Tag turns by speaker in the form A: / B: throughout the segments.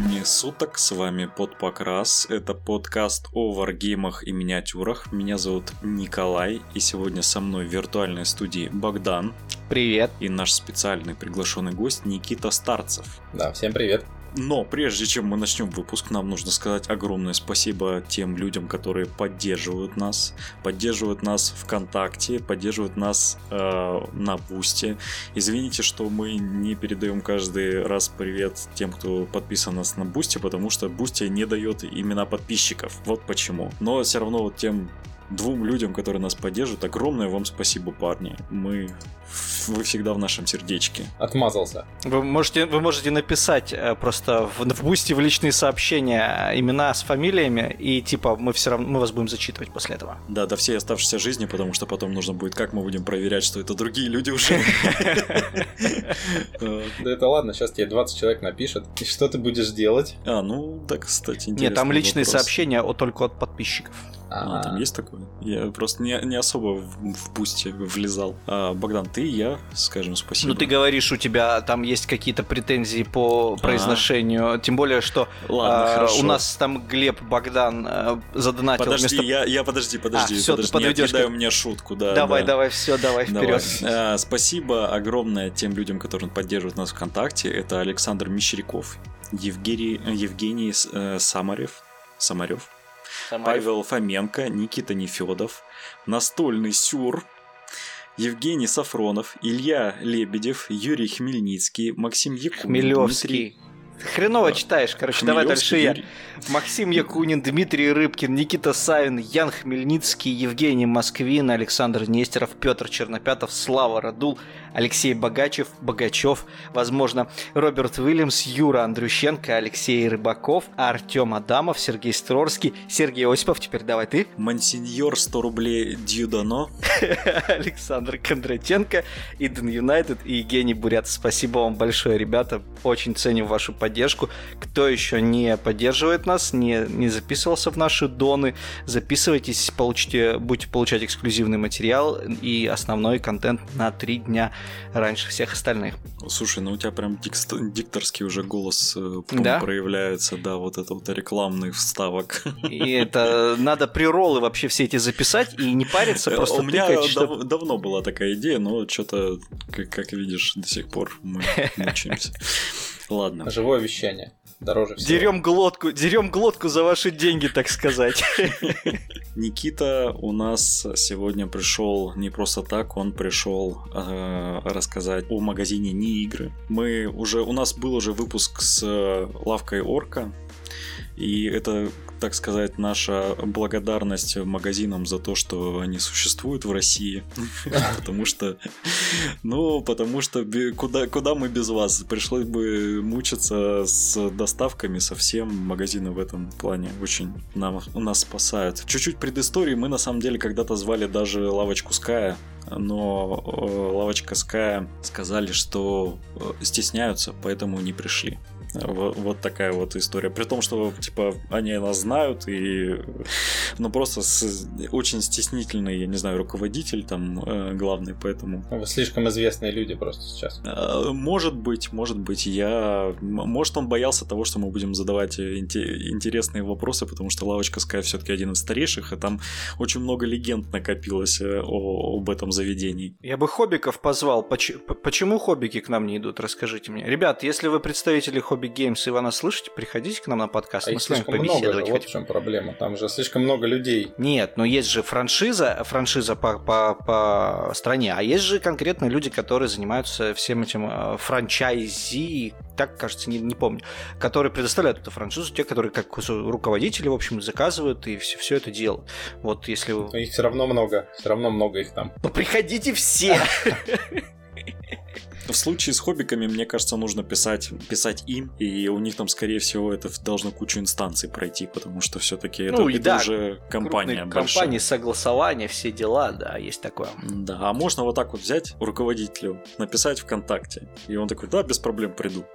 A: времени суток, с вами Подпокрас. Это подкаст о варгеймах и миниатюрах. Меня зовут Николай, и сегодня со мной в виртуальной студии Богдан.
B: Привет.
A: И наш специальный приглашенный гость Никита Старцев.
C: Да, всем привет.
A: Но прежде чем мы начнем выпуск, нам нужно сказать огромное спасибо тем людям, которые поддерживают нас ВКонтакте, поддерживают нас на Бусти. Извините, что мы не передаем каждый раз привет тем, кто подписан нас на Бусти, потому что Бусти не дает имена подписчиков. Вот почему. Но все равно вот тем двум людям, которые нас поддерживают, огромное вам спасибо, парни. Вы всегда в нашем сердечке.
C: Отмазался.
B: Вы можете написать просто в Бусти в личные сообщения имена с фамилиями, и типа мы вас будем зачитывать после этого.
A: Да, до всей оставшейся жизни, потому что потом нужно будет, как мы будем проверять, что это другие люди уже.
C: Да это ладно, сейчас тебе 20 человек напишет. И что ты будешь делать?
A: Ну да, кстати, интересно.
B: Нет, там личные сообщения только от подписчиков.
A: Там есть такое? Я просто не особо в Бусти влезал. Богдан, ты и я скажем спасибо.
B: Ну ты говоришь, у тебя там есть какие-то претензии по произношению, тем более, что у нас там Глеб Богдан задонатил.
A: Подожди, подожди.
B: Всё, ты подведёшь.
A: Не отъедай мне шутку, да.
B: Давай, вперед.
A: Спасибо огромное тем людям, которые поддерживают нас ВКонтакте. Это Александр Мещеряков, Евгений Самарев, Павел Фоменко, Никита Нефёдов, Настольный Сюр, Евгений Сафронов, Илья Лебедев, Юрий Хмельницкий, Максим Якунин,
B: Хмелевский. Хреново читаешь, короче, давай дальше я. Максим Якунин, Дмитрий Рыбкин, Никита Савин, Ян Хмельницкий, Евгений Москвин, Александр Нестеров, Петр Чернопятов, Слава Радул, Алексей Богачев, возможно, Роберт Уильямс, Юра Андрющенко, Алексей Рыбаков, Артем Адамов, Сергей Строрский, Сергей Осипов, теперь давай ты.
A: Мансиньор 100 рублей Дьюдано,
B: Александр Кондратенко, Иден Юнайтед и Евгений Бурят. Спасибо вам большое, ребята, очень ценим вашу поддержку. Кто еще не поддерживает нас, не записывался в наши доны, записывайтесь, будете получать эксклюзивный материал и основной контент на 3 дня раньше всех остальных.
A: Слушай, у тебя прям дикторский уже голос проявляется, да, вот это вот рекламных вставок.
B: И это надо приролы вообще все эти записать и не париться, просто тыкать.
A: У меня давно была такая идея, но что-то, как видишь, до сих пор мы мучаемся. Ладно.
C: Живое вещание. Дороже всего.
B: Дерем глотку за ваши деньги, так сказать.
A: Никита у нас сегодня пришел не просто так, он пришел рассказать о магазине НИИгры. У нас был уже выпуск с лавкой Орка, и это, так сказать, наша благодарность магазинам за то, что они существуют в России. Потому что куда мы без вас? Пришлось бы мучиться с доставками совсем. Магазины в этом плане очень нас спасают. Чуть-чуть предыстории. Мы на самом деле когда-то звали даже лавочку Ская, но лавочка Ская сказали, что стесняются, поэтому не пришли. Вот такая вот история. При том, что типа они нас знают, просто очень стеснительный, я не знаю, руководитель там главный, поэтому.
C: Вы слишком известные люди просто сейчас.
A: Может быть, может он боялся того, что мы будем задавать интересные вопросы, потому что лавочка Sky все-таки один из старейших, и там очень много легенд накопилось об этом заведении.
B: Я бы хоббиков позвал. Почему хоббики к нам не идут? Расскажите мне. Ребят, если вы представители Hobby Games и вы нас слышите, приходите к нам на подкаст. Мы с вами побеседовать.
C: Вот в чем проблема. Там же слишком много людей.
B: Нет, но есть же франшиза по стране, а есть же конкретно люди, которые занимаются всем этим франчайзи, так, кажется, не помню, которые предоставляют эту франшизу, те, которые как руководители, в общем, заказывают и все это делают. Вот если вы...
C: Но их все равно много их там.
B: Ну приходите все!
A: В случае с хоббиками, мне кажется, нужно писать им, и у них там, скорее всего, это должно кучу инстанций пройти, потому что все-таки это уже компания большая.
B: Компании, согласования, все дела, да, есть такое.
A: Да, а можно вот так вот взять руководителю, написать ВКонтакте, и он такой, да, без проблем приду.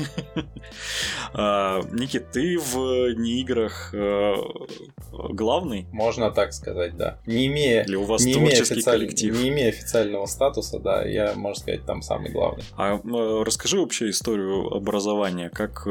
A: Никит, ты в НИИграх главный?
C: Можно так сказать, да. Не имея
A: Или у вас творческий коллектив?
C: Не имея официального статуса, да, я, можно сказать, там самый главный. славный.
A: Расскажи вообще историю образования, как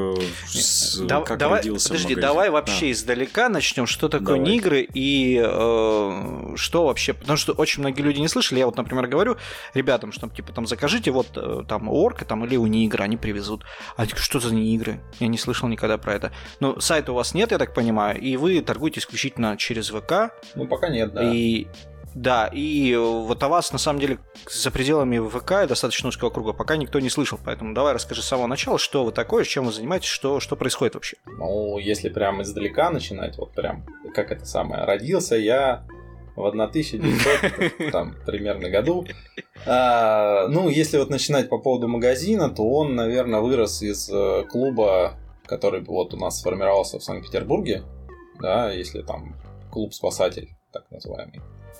A: родился
B: Подожди,
A: магазин.
B: давай вообще издалека начнем, что такое нигры и что вообще, потому что очень многие люди не слышали. Я вот, например, говорю ребятам, что типа там закажите вот там у Орка там, или у Нигра, они привезут. А что за Нигры? Я не слышал никогда про это. Ну, сайта у вас нет, я так понимаю, и вы торгуете исключительно через ВК.
C: Ну, пока нет, да.
B: Да, и вот о вас, на самом деле, за пределами ВК и достаточно узкого круга пока никто не слышал, поэтому давай расскажи с самого начала, что вы такое, чем вы занимаетесь, что происходит вообще.
C: Ну, если прям издалека начинать, вот прям, как это самое, родился я в 1900 там, примерно году. Ну, если вот начинать по поводу магазина, то он, наверное, вырос из клуба, который вот у нас сформировался в Санкт-Петербурге, да, если там клуб «Спасатель», так называемый.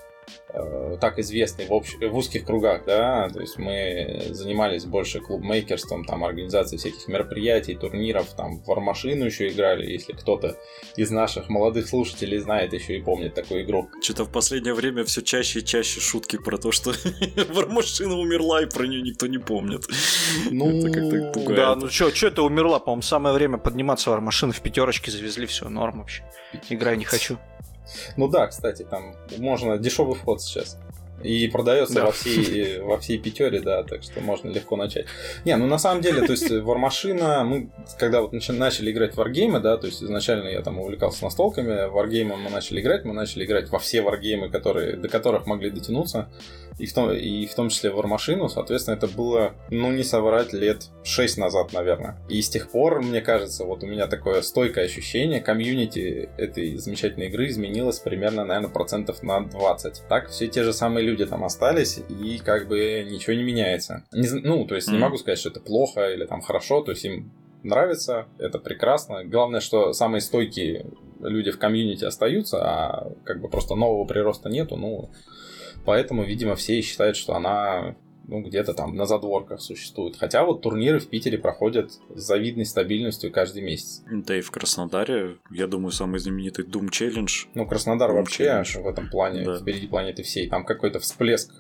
C: Так известный в узких кругах, да, то есть мы занимались больше клубмейкерством, там, организацией всяких мероприятий, турниров, там, в Вармашину еще играли, если кто-то из наших молодых слушателей знает еще и помнит такую игру.
A: Что-то в последнее время все чаще и чаще шутки про то, что Вармашина умерла, и про нее никто не помнит.
C: Ну,
A: это как-то пугает.
B: Да, ну что это умерла, по-моему, самое время подниматься Вармашину в пятерочке, завезли, все, норм вообще. Играю не хочу.
C: Ну да, кстати, там можно дешевый вход сейчас. И продается во всей пятере, да, так что можно легко начать. Не, ну на самом деле, то есть Вармашина, мы когда вот начали играть в варгеймы, да, то есть изначально я там увлекался настолками, в варгеймы мы начали играть во все варгеймы, до которых могли дотянуться, и в том числе в Вармашину, соответственно, это было, ну не соврать, лет 6 назад, наверное. И с тех пор, мне кажется, вот у меня такое стойкое ощущение, комьюнити этой замечательной игры изменилось примерно, наверное, процентов на 20. Так, все те же самые люди там остались, и как бы ничего не меняется. То есть не могу сказать, что это плохо или там хорошо, то есть им нравится, это прекрасно. Главное, что самые стойкие люди в комьюнити остаются, а как бы просто нового прироста нету, ну, поэтому, видимо, все считают, что она где-то там на задворках существует. Хотя вот турниры в Питере проходят с завидной стабильностью каждый месяц. Да
A: и в Краснодаре, я думаю, самый знаменитый Doom Challenge.
C: Ну, Краснодар Doom вообще Challenge. В этом плане впереди планеты всей. Там какой-то всплеск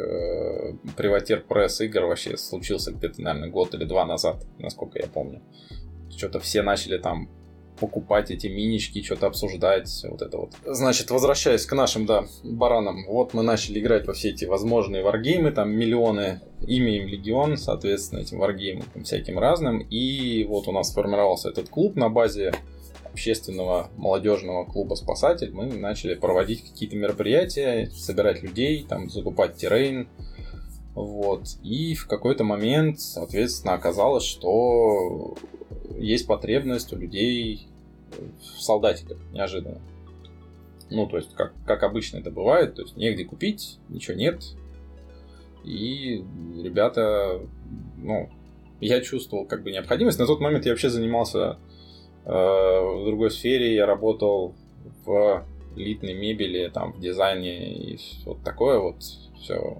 C: приватир пресс игр вообще случился где-то, наверное, год или два назад, насколько я помню. Что-то все начали там покупать эти минички, что-то обсуждать, вот это вот. Значит, возвращаясь к нашим, баранам, вот мы начали играть во все эти возможные варгеймы, там миллионы, имеем легион, соответственно, этим варгеймам всяким разным, и вот у нас сформировался этот клуб на базе общественного молодежного клуба «Спасатель». Мы начали проводить какие-то мероприятия, собирать людей, там, закупать террейн, вот, и в какой-то момент, соответственно, оказалось, что есть потребность у людей в солдатиках, неожиданно. Ну, то есть, как обычно это бывает, то есть, негде купить, ничего нет. И ребята, я чувствовал как бы необходимость. На тот момент я вообще занимался в другой сфере, я работал в элитной мебели, там, в дизайне и вот такое вот все.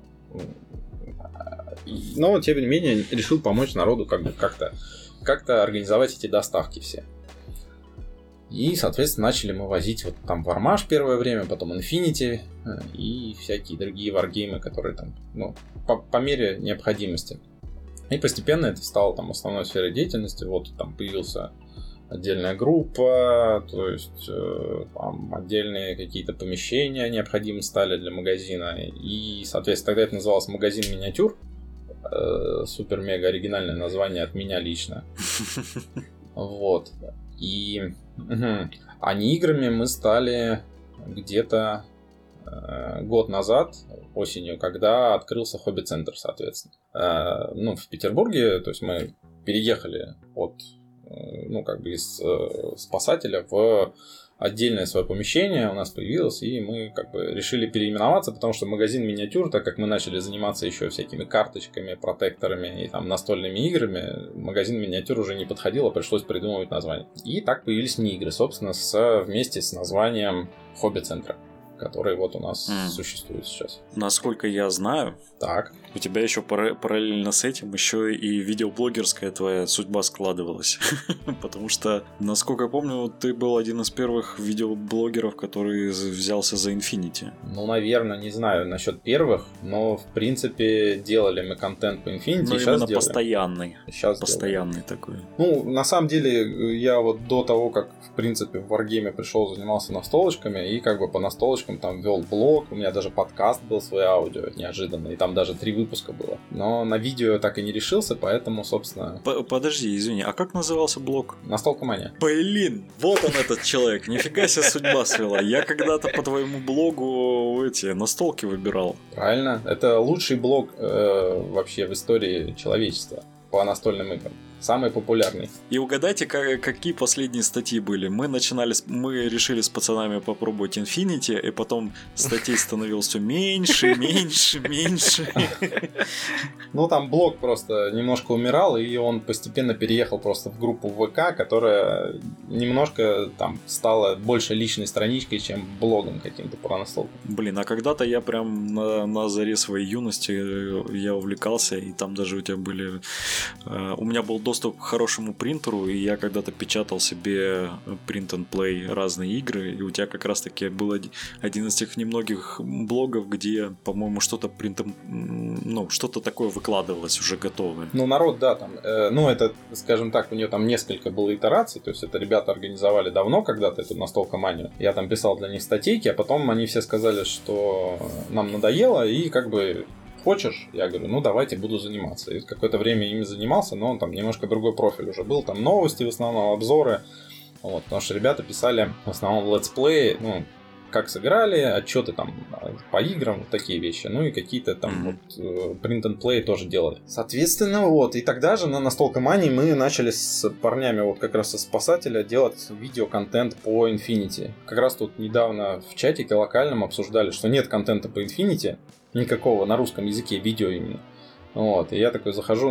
C: Но, тем не менее, решил помочь народу как-то организовать эти доставки все. И, соответственно, начали мы возить вот там Вармаш первое время, потом Infinity и всякие другие варгеймы, которые там, по мере необходимости. И постепенно это стало там основной сферой деятельности. Вот там появился отдельная группа, то есть там отдельные какие-то помещения необходимы стали для магазина. И, соответственно, тогда это называлось магазин миниатюр. Супер-мега оригинальное название от меня лично. Вот. И играми мы стали где-то год назад, осенью, когда открылся хобби-центр, соответственно. В Петербурге, то есть мы переехали из Спасателя в отдельное свое помещение у нас появилось, и мы решили переименоваться, потому что магазин миниатюр, так как мы начали заниматься еще всякими карточками, протекторами и там настольными играми, магазин миниатюр уже не подходил, а пришлось придумывать название. И так появились Нигры, собственно, вместе с названием хобби-центра, которые вот у нас существуют сейчас.
A: Насколько я знаю,
C: так.
A: У тебя еще параллельно с этим еще и видеоблогерская твоя судьба складывалась. Потому что, насколько я помню, ты был один из первых видеоблогеров, который взялся за Infinity.
C: Ну, наверное, не знаю насчет первых, но в принципе делали мы контент по Infinity.
A: Но именно постоянный.
C: Сейчас
A: постоянный такой.
C: Ну, на самом деле, я вот до того, как в принципе в Wargame пришел, занимался настолочками, и как бы по настолочкам там вел блог, у меня даже подкаст был свой аудио неожиданно, и там даже 3 выпуска было. Но на видео так и не решился, поэтому, собственно...
A: Подожди, извини, а как назывался блог?
C: Настолкомания.
A: Блин, вот он этот человек, нифига себе судьба свела. Я когда-то по твоему блогу эти настолки выбирал.
C: Правильно, это лучший блог вообще в истории человечества по настольным играм. Самый популярный.
A: И угадайте, какие последние статьи были. Мы решили с пацанами попробовать Infinity, и потом статей становилось все меньше.
C: Ну, там блог просто немножко умирал, и он постепенно переехал просто в группу ВК, которая немножко там стала больше личной страничкой, чем блогом каким-то про настолку.
A: Блин, а когда-то я прям на заре своей юности я увлекался, и там даже у тебя были... У меня был доступ к хорошему принтеру, и я когда-то печатал себе print and play разные игры, и у тебя как раз таки был один из тех немногих блогов, где, по-моему, что-то что-то такое выкладывалось уже готовое.
C: Ну, народ, да, там, это, скажем так, у нее там несколько было итераций, то есть это ребята организовали давно когда-то эту настолкоманию. Я там писал для них статейки, а потом они все сказали, что нам надоело, и как бы хочешь? Я говорю, ну давайте, буду заниматься. И какое-то время ими занимался, но он там немножко другой профиль уже был. Там новости в основном, обзоры. Вот, потому что ребята писали в основном летсплеи, как сыграли, отчеты там по играм, вот такие вещи. Ну и какие-то там print and play тоже делали. Соответственно, вот. И тогда же на Настолкомании мы начали с парнями вот как раз со Спасателя делать видеоконтент по Infinity. Как раз тут недавно в чатике локальном обсуждали, что нет контента по Infinity. Никакого на русском языке, видео именно. Вот, и я такой захожу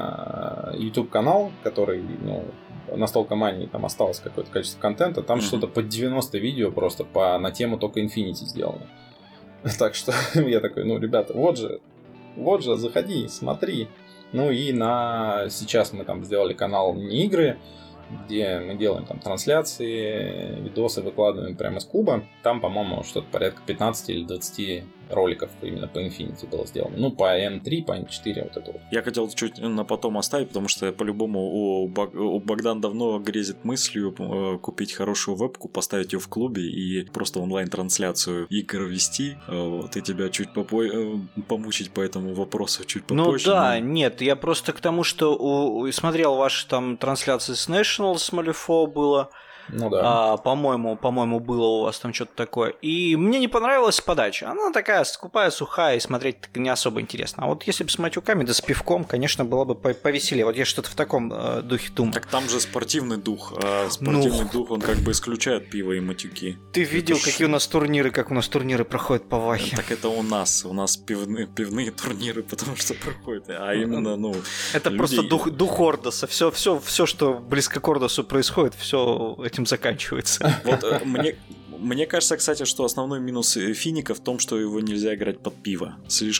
C: на YouTube канал, который, Настолкомании, там осталось какое-то количество контента, там что-то под 90 видео просто на тему только Infinity сделано. Так что я такой, ребята, вот же, заходи, смотри. Ну и сейчас мы там сделали канал «Не игры», где мы делаем там трансляции, видосы выкладываем прямо из клуба. Там, по-моему, что-то порядка 15 или 20 роликов именно по Infinity было сделано. Ну, по N3, по N4, вот это вот.
A: Я хотел чуть на потом оставить, потому что по-любому у Богдан давно грезит мыслью купить хорошую вебку, поставить ее в клубе и просто онлайн-трансляцию игр вести. Вот, и тебя чуть помучить по этому вопросу чуть попозже.
B: Ну да, нет, я просто к тому, что смотрел ваши там трансляции с National, с Малифо было.
C: Ну да.
B: По-моему, было у вас там что-то такое. И мне не понравилась подача. Она такая скупая, сухая, и смотреть не особо интересно. А вот если бы с матюками, да с пивком, конечно, было бы повеселее. Вот я что-то в таком духе думаю.
A: Так там же спортивный дух. А спортивный дух, он как бы исключает пиво и матюки.
B: Ты видел, как у нас турниры проходят по Вахе?
A: Так это у нас пивные турниры, потому что проходят. А именно,
B: это просто дух Ордоса. Все, что близко к Ордосу происходит, все этим заканчивается.
A: Вот мне кажется, кстати, что основной минус Финика в том, что его нельзя играть под пиво.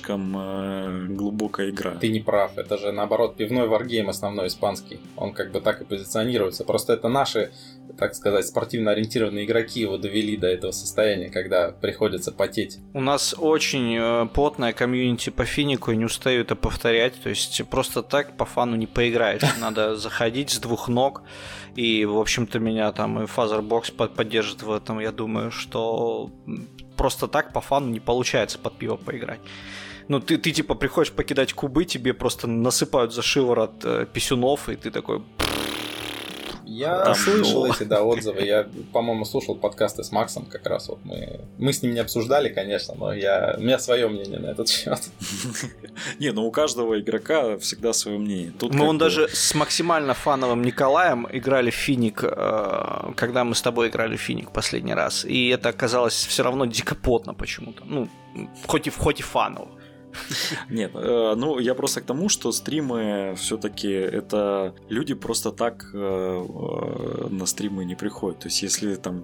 A: Слишком глубокая игра.
C: Ты не прав. Это же, наоборот, пивной варгейм основной испанский. Он как бы так и позиционируется. Просто это наши, так сказать, спортивно ориентированные игроки его довели до этого состояния, когда приходится потеть.
B: У нас очень плотная комьюнити по Финику, и не устаю это повторять. То есть просто так по фану не поиграешь. Надо заходить с двух ног. И, в общем-то, меня там и Fatherbox поддержит в этом. Я думаю, что просто так по фану не получается под пиво поиграть. Ты типа приходишь покидать кубы, тебе просто насыпают за шиворот писюнов, и ты такой...
C: Я слышал эти отзывы. Я, по-моему, слушал подкасты с Максом как раз. Вот мы с ним не обсуждали, конечно, но у меня свое мнение на этот счет.
A: Не, у каждого игрока всегда свое мнение.
B: Он даже с максимально фановым Николаем играли в Финик, когда мы с тобой играли в Финик последний раз. И это оказалось все равно дико потно почему-то. Хоть и фаново.
A: Нет, я просто к тому, что стримы все-таки это люди просто так на стримы не приходят. То есть, если там вот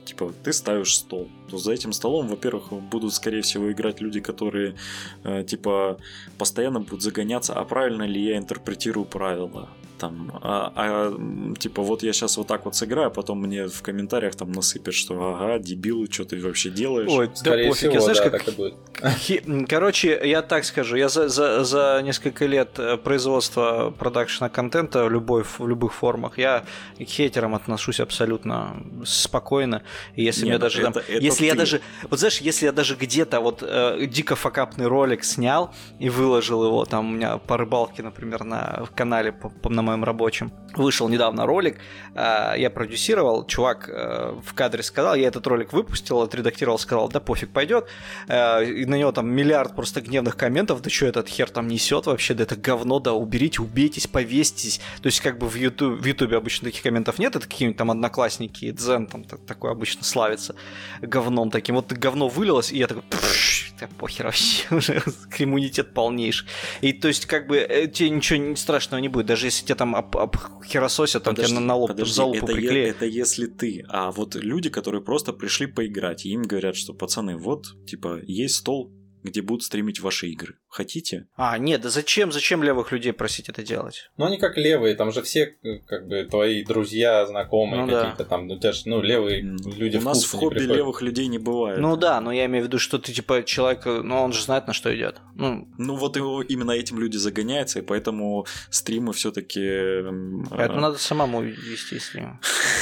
A: Типа, ты ставишь стол. То за этим столом, во-первых, будут, скорее всего, играть люди, которые, типа, постоянно будут загоняться, а правильно ли я интерпретирую правила. Там, типа, вот я сейчас вот так вот сыграю, а потом мне в комментариях там насыпят, что ага, дебил, что ты вообще делаешь.
B: Ой,
C: скорее
B: да пофиг,
C: всего,
B: знаешь,
C: да,
B: как...
C: так и будет.
B: Короче, я так скажу, я за несколько лет производства продакшена контента в любых формах, я к хейтерам отношусь абсолютно спокойно. И если мне даже там... Если я даже... Вот знаешь, если я даже где-то вот дико факапный ролик снял и выложил его, там у меня по рыбалке, например, на канале на моем рабочем, вышел недавно ролик, я продюсировал, чувак в кадре сказал, я этот ролик выпустил, отредактировал, сказал, да пофиг, пойдет. И на него там миллиард просто гневных комментов, да что этот хер там несет вообще, да это говно, да уберите, убейтесь, повесьтесь. То есть как бы в Ютубе обычно таких комментов нет, это какие-нибудь там одноклассники, Дзен там такой обычно славится говном таким. Вот говно вылилось, и я такой, да похер вообще, уже иммунитет полнейший. И то есть как бы тебе ничего страшного не будет, даже если тебя там обхерососят, там тебя на лоб залупу приклеят.
A: Это если ты, а вот люди, которые просто пришли поиграть, и им говорят, что пацаны, вот, типа, есть стол, где будут стримить ваши игры. Хотите?
B: Нет, да зачем левых людей просить это делать?
C: Ну, они как левые, там же все, как бы, твои друзья, знакомые какие-то там, у тебя же, левые люди
A: у нас в хобби левых людей не бывает.
B: Ну да, но я имею в виду, что ты, типа, человек, он же знает, на что идет.
A: Ну вот именно этим люди загоняются, и поэтому стримы все-таки...
B: Поэтому надо самому вести стримы.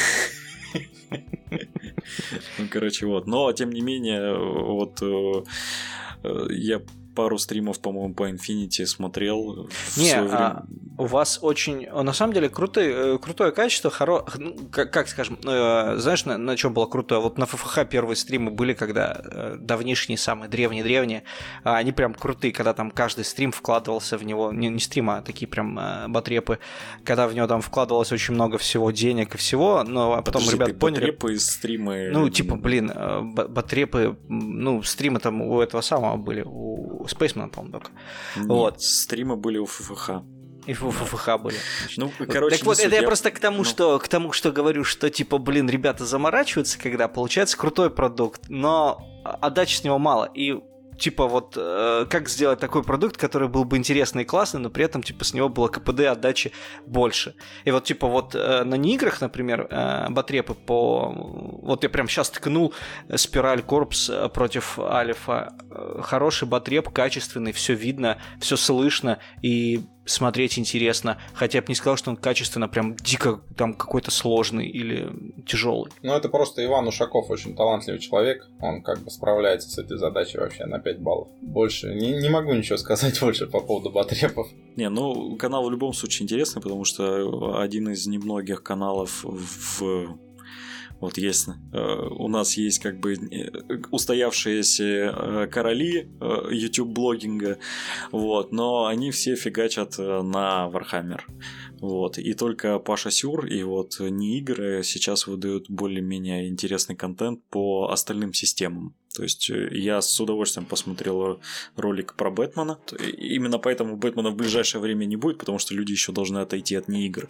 A: Ну, короче, вот. Но, тем не менее, вот я пару стримов, по-моему, по Infinity смотрел в свое время.
B: У вас очень, на самом деле, крутое качество, как скажем, знаешь, на чем было крутое? Вот на ФФХ первые стримы были, когда давнишние, самые древние, они прям крутые, когда там каждый стрим вкладывался в него, не стрим, а такие прям батрепы, когда в него там вкладывалось очень много всего, денег и всего, но потом ребята поняли...
A: Батрепы, стримы...
B: Ну, типа, блин, батрепы, стримы там у этого самого были, у Спейсмана, по-моему, только.
A: Нет,
B: вот.
A: Стримы были у ФФХ.
B: И в ФФХ были.
A: Ну, короче,
B: так вот, это я просто к тому, что говорю, что, типа, блин, ребята заморачиваются, когда получается крутой продукт, но отдачи с него мало. И типа вот как сделать такой продукт, который был бы интересный и классный, но при этом типа с него было КПД отдачи больше. И вот типа вот на неиграх, например, батрепы вот я прям сейчас ткнул Спираль Корпс против Алифа. Хороший батреп, качественный, все видно, все слышно и смотреть интересно. Хотя я бы не сказал, что он качественно прям дико там какой-то сложный или тяжелый.
C: Ну, это просто Иван Ушаков, очень талантливый человек. Он как бы справляется с этой задачей вообще на 5 баллов. Больше не могу ничего сказать больше по поводу батрепов.
A: Не, ну, канал в любом случае интересный, потому что один из немногих каналов вот есть, у нас есть как бы устоявшиеся короли YouTube-блогинга, вот, но они все фигачат на Warhammer. Вот. И только Паша Сюр и вот Неигры сейчас выдают более-менее интересный контент по остальным системам. То есть я с удовольствием посмотрел ролик про Бэтмена. Именно поэтому Бэтмена в ближайшее время не будет, потому что люди еще должны отойти от неигр.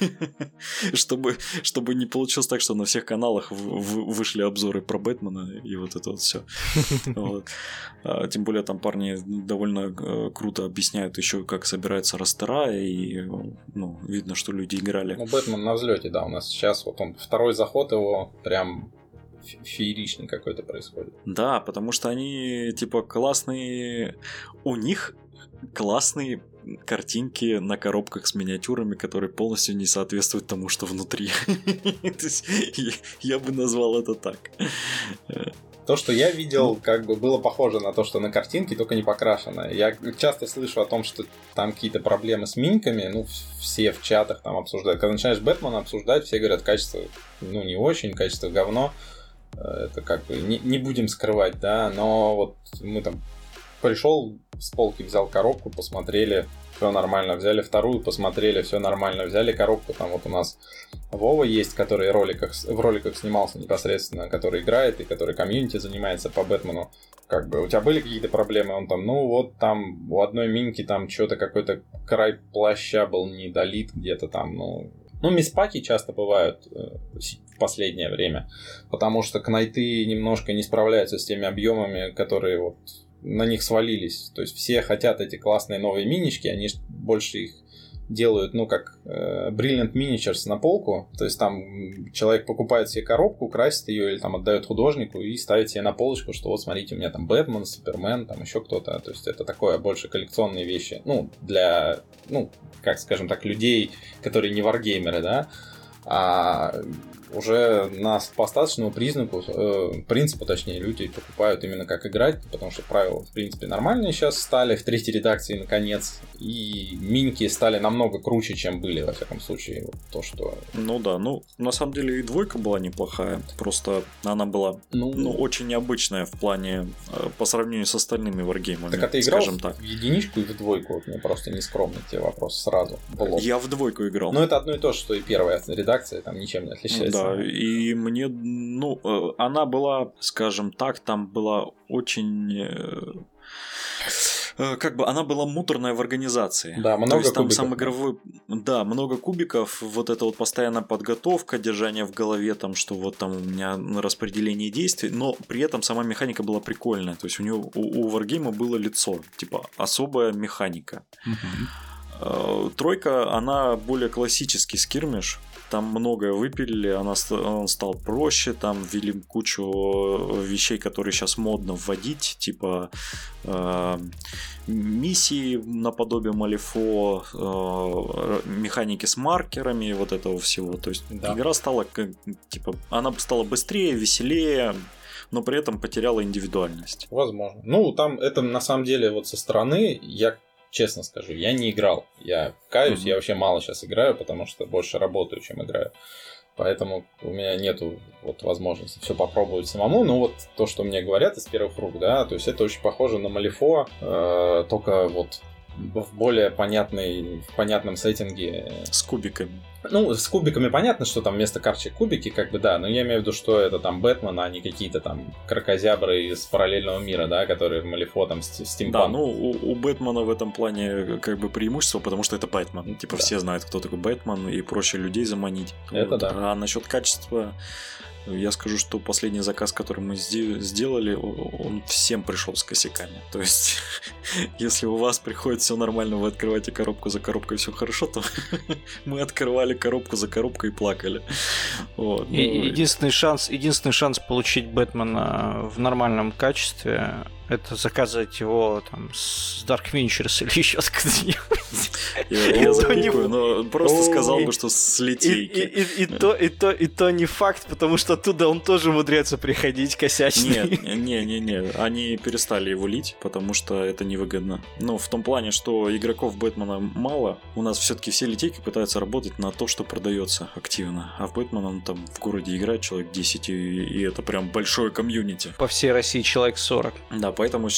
A: Чтобы не получилось так, что на всех каналах вышли обзоры про Бэтмена и вот это вот все. Тем более там парни довольно круто объясняют еще, как собираются ростера, и видно, что люди играли.
C: Ну, Бэтмен на взлете, да, у нас сейчас вот он второй заход его прям фееричный какой-то происходит.
A: Да, потому что они типа классные, у них классные картинки на коробках с миниатюрами, которые полностью не соответствуют тому, что внутри. Я бы назвал это так.
C: То, что я видел, как бы было похоже на то, что на картинке, только не покрашено. Я часто слышу о том, что там какие-то проблемы с минками, все в чатах там обсуждают. Когда начинаешь Бэтмена обсуждать, все говорят, качество, не очень, качество говно. Это как бы не будем скрывать, да, но вот мы там пришел с полки, взял коробку, посмотрели, все нормально, взяли вторую, посмотрели, все нормально, взяли коробку, там вот у нас Вова есть, который в роликах снимался непосредственно, который играет и который комьюнити занимается по Бэтмену. Как бы у тебя были какие-то проблемы? Он там, там у одной минки там что-то какой-то край плаща был недолит где-то там, Ну, миспаки часто бывают в последнее время, потому что кнайты немножко не справляются с теми объемами, которые вот на них свалились. То есть все хотят эти классные новые минички, они больше их делают, ну, как Brilliant Miniatures на полку. То есть там человек покупает себе коробку, красит ее или там отдает художнику и ставит себе на полочку, что вот смотрите, у меня там Бэтмен, Супермен, там еще кто-то. То есть это такое больше коллекционные вещи. Ну, для, ну, как скажем так, людей, которые не варгеймеры, да, а уже по остаточному принципу, точнее, люди покупают именно как играть, потому что правила, в принципе, нормальные сейчас стали в третьей редакции, наконец, и миньки стали намного круче, чем были, во всяком случае, вот то, что...
A: Ну да, ну, на самом деле и двойка была неплохая, просто она была, очень необычная в плане, по сравнению с остальными варгеймами,
C: так, а ты играл
A: так.
C: в единичку и в двойку? Вот мне просто нескромный тебе вопрос сразу.
A: Я в двойку играл.
C: Ну, это одно и то же, что и первая редакция, там ничем не отличается.
A: Да, и мне, она была, скажем так, там была очень... Как бы она была муторная в организации.
C: Да, много
A: То есть там
C: кубиков.
A: сам игровой... Да, много кубиков, вот это вот постоянная подготовка, держание в голове, там, что вот там у меня распределение действий, но при этом сама механика была прикольная. То есть у нее у Wargame было лицо, типа особая механика. Тройка, она более классический скирмиш. Там многое выпилили, он стал проще, там ввели кучу вещей, которые сейчас модно вводить, типа миссии наподобие Малифо, механики с маркерами, вот этого всего. То есть игра стала, типа, она стала быстрее, веселее, но при этом потеряла индивидуальность.
C: Возможно. Ну, там это на самом деле вот со стороны, я честно скажу, я не играл. Я каюсь, я вообще мало сейчас играю, потому что больше работаю, чем играю. Поэтому у меня нету вот возможности все попробовать самому. Но вот то, что мне говорят из первых рук, да, то есть это очень похоже на Малифо, только вот в более понятном сеттинге.
A: С кубиками.
C: Ну, с кубиками понятно, что там вместо карточек кубики, как бы, да, но я имею в виду, что это там Бэтмен, а не какие-то там кракозябры из параллельного мира, да, которые в Малифо там стимпанк.
A: Да, ну, у Бэтмена в этом плане как бы преимущество, потому что это Бэтмен. Типа все знают, кто такой Бэтмен, и проще людей заманить.
C: Это вот. Да.
A: А насчет качества... Я скажу, что последний заказ, который мы сделали, он всем пришел с косяками. То есть, если у вас приходит все нормально, вы открываете коробку за коробкой, все хорошо, то мы открывали коробку за коробкой и плакали. Вот.
B: Единственный шанс получить Бэтмена в нормальном качестве — это заказывать его там с Dark Ventures или еще откуда-нибудь.
A: Я запикаю, но просто сказал бы, что с литейки.
B: И то не факт, потому что оттуда он тоже умудряется приходить косячный.
A: Не, они перестали его лить, потому что это невыгодно. Ну, в том плане, что игроков Бэтмена мало, у нас все-таки все литейки пытаются работать на то, что продается активно. А в Бэтмена там в городе играет человек 10, и это прям большое комьюнити.
B: По всей России человек 40.
A: Да, поэтому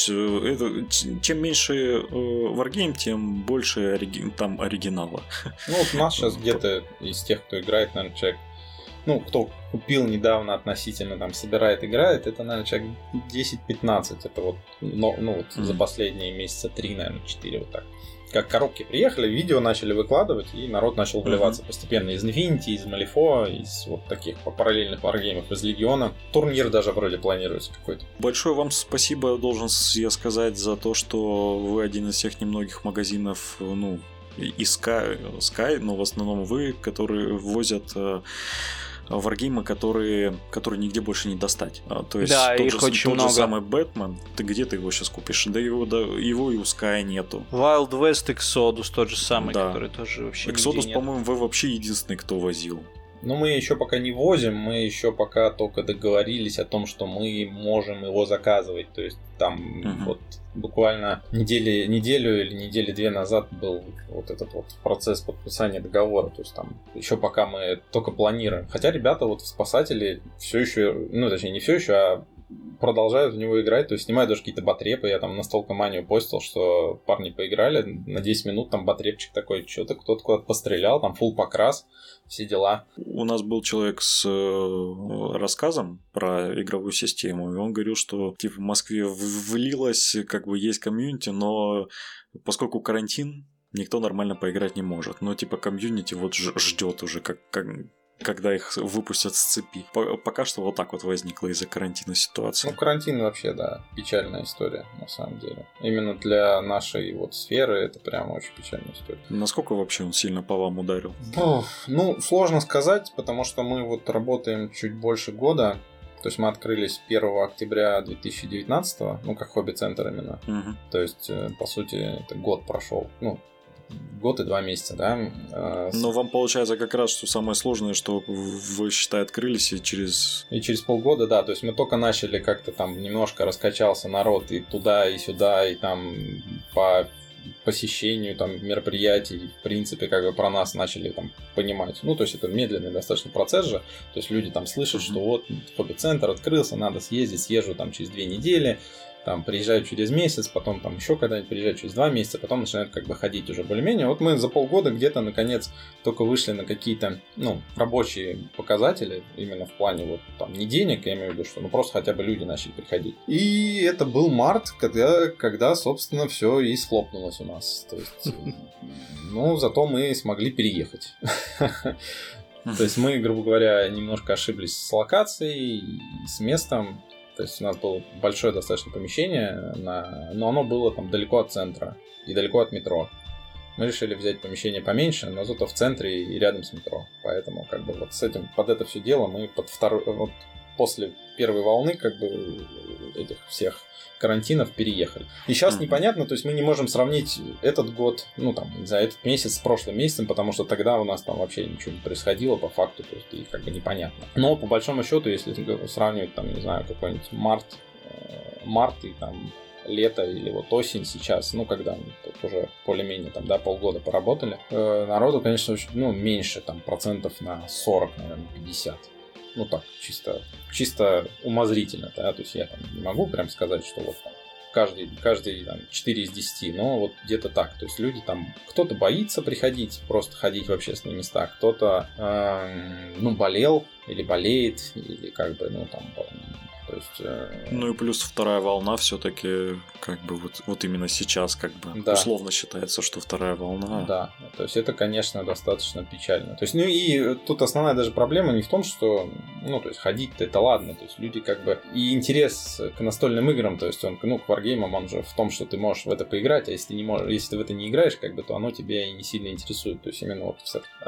A: чем меньше Wargame, тем больше там оригинала.
C: Ну, вот у нас сейчас где-то из тех, кто играет, наверное, человек, ну, кто купил недавно относительно, там, собирает, играет, это, наверное, человек 10-15. Это вот, вот за последние месяца 3, наверное, 4, вот так. Как коробки приехали, видео начали выкладывать, и народ начал вливаться постепенно из Infinity, из Малифо, из вот таких параллельных варгеймов, из Легиона. Турнир даже вроде планируется какой-то.
A: Большое вам спасибо, должен я сказать, за то, что вы один из тех немногих магазинов, ну, и Sky, но в основном вы, которые возят варгеймы, которые нигде больше не достать. То есть
B: да,
A: тот же самый
B: Бэтмен,
A: где ты его сейчас купишь? Да его и у Sky нету.
B: Wild West, Exodus тот же самый, который тоже вообще
A: Exodus, по-моему, вы вообще единственный, кто возил.
C: Но мы еще пока не возим, мы еще пока только договорились о том, что мы можем его заказывать. То есть там вот буквально неделю или недели 2 назад был вот этот вот процесс подписания договора. То есть там еще пока мы только планируем. Хотя ребята вот спасатели все еще, ну точнее не все еще, а продолжают в него играть, то есть снимают даже какие-то батрепы. Я там на Столкоманию постил, что парни поиграли, на 10 минут там батрепчик такой, что-то кто-то куда-то пострелял, там фулл покрас, все дела.
A: У нас был человек с рассказом про игровую систему, и он говорил, что типа в Москве влилось, как бы есть комьюнити, но поскольку карантин, никто нормально поиграть не может. Но типа комьюнити вот ждет уже, когда их выпустят с цепи. Пока что вот так вот возникла из-за карантина ситуация.
C: Ну, карантин вообще, да, печальная история, на самом деле. Именно для нашей вот сферы это прям очень печальная история.
A: Насколько вообще он сильно по вам ударил?
C: Ну, сложно сказать, потому что мы вот работаем чуть больше года. То есть мы открылись 1 октября 2019, ну, как хобби-центр именно.
A: Угу.
C: То есть, по сути, это год прошел. Ну, год и 2 месяца, да.
A: Но вам получается как раз, что самое сложное, что вы, считай, открылись и через...
C: И через полгода, да, то есть мы только начали как-то там немножко раскачался народ и туда, и сюда, и там по посещению там мероприятий, в принципе, как бы про нас начали там понимать. Ну, то есть это медленный достаточно процесс же, то есть люди там слышат, что вот хобби-центр открылся, надо съездить, съезжу там через 2 недели, там приезжают через месяц, потом там еще когда-нибудь приезжают через 2 месяца, потом начинают как бы ходить уже более-менее. Вот мы за полгода где-то наконец только вышли на какие-то, ну, рабочие показатели, именно в плане вот там не денег, я имею в виду, что ну просто хотя бы люди начали приходить. И это был март, когда собственно, все и схлопнулось у нас. То есть, ну, зато мы смогли переехать. То есть мы, грубо говоря, немножко ошиблись с локацией, с местом. То есть у нас было большое достаточно помещение, но оно было там далеко от центра и далеко от метро. Мы решили взять помещение поменьше, но зато в центре и рядом с метро. Поэтому как бы вот с этим, под это все дело мы вот после первой волны как бы этих всех карантинов переехали. И сейчас непонятно, то есть мы не можем сравнить этот год, ну там, не знаю, этот месяц с прошлым месяцем, потому что тогда у нас там вообще ничего не происходило по факту, то есть и как бы непонятно. Но по большому счету, если сравнивать там, не знаю, какой-нибудь март и там лето или вот осень сейчас, ну, когда мы уже более-менее там, да, полгода поработали, народу, конечно, ну, меньше, там, процентов на 40, наверное, 50. Ну так, чисто умозрительно, да, то есть я там не могу прям сказать, что вот там каждый там 4 из 10, но вот где-то так, то есть люди там, кто-то боится приходить, просто ходить в общественные места, кто-то, ну, болел или болеет, или как бы, ну, там, то есть...
A: Ну и плюс вторая волна все-таки как бы вот именно сейчас как бы
C: да.
A: Условно считается, что вторая волна.
C: Да, то есть это, конечно, достаточно печально. То есть, ну и тут основная даже проблема не в том, что, ну, то есть ходить-то это ладно, то есть люди как бы... И интерес к настольным играм, то есть он, ну, к варгеймам, он же в том, что ты можешь в это поиграть, а если ты не можешь, если ты в это не играешь, как бы, то оно тебя и не сильно интересует. То есть именно вот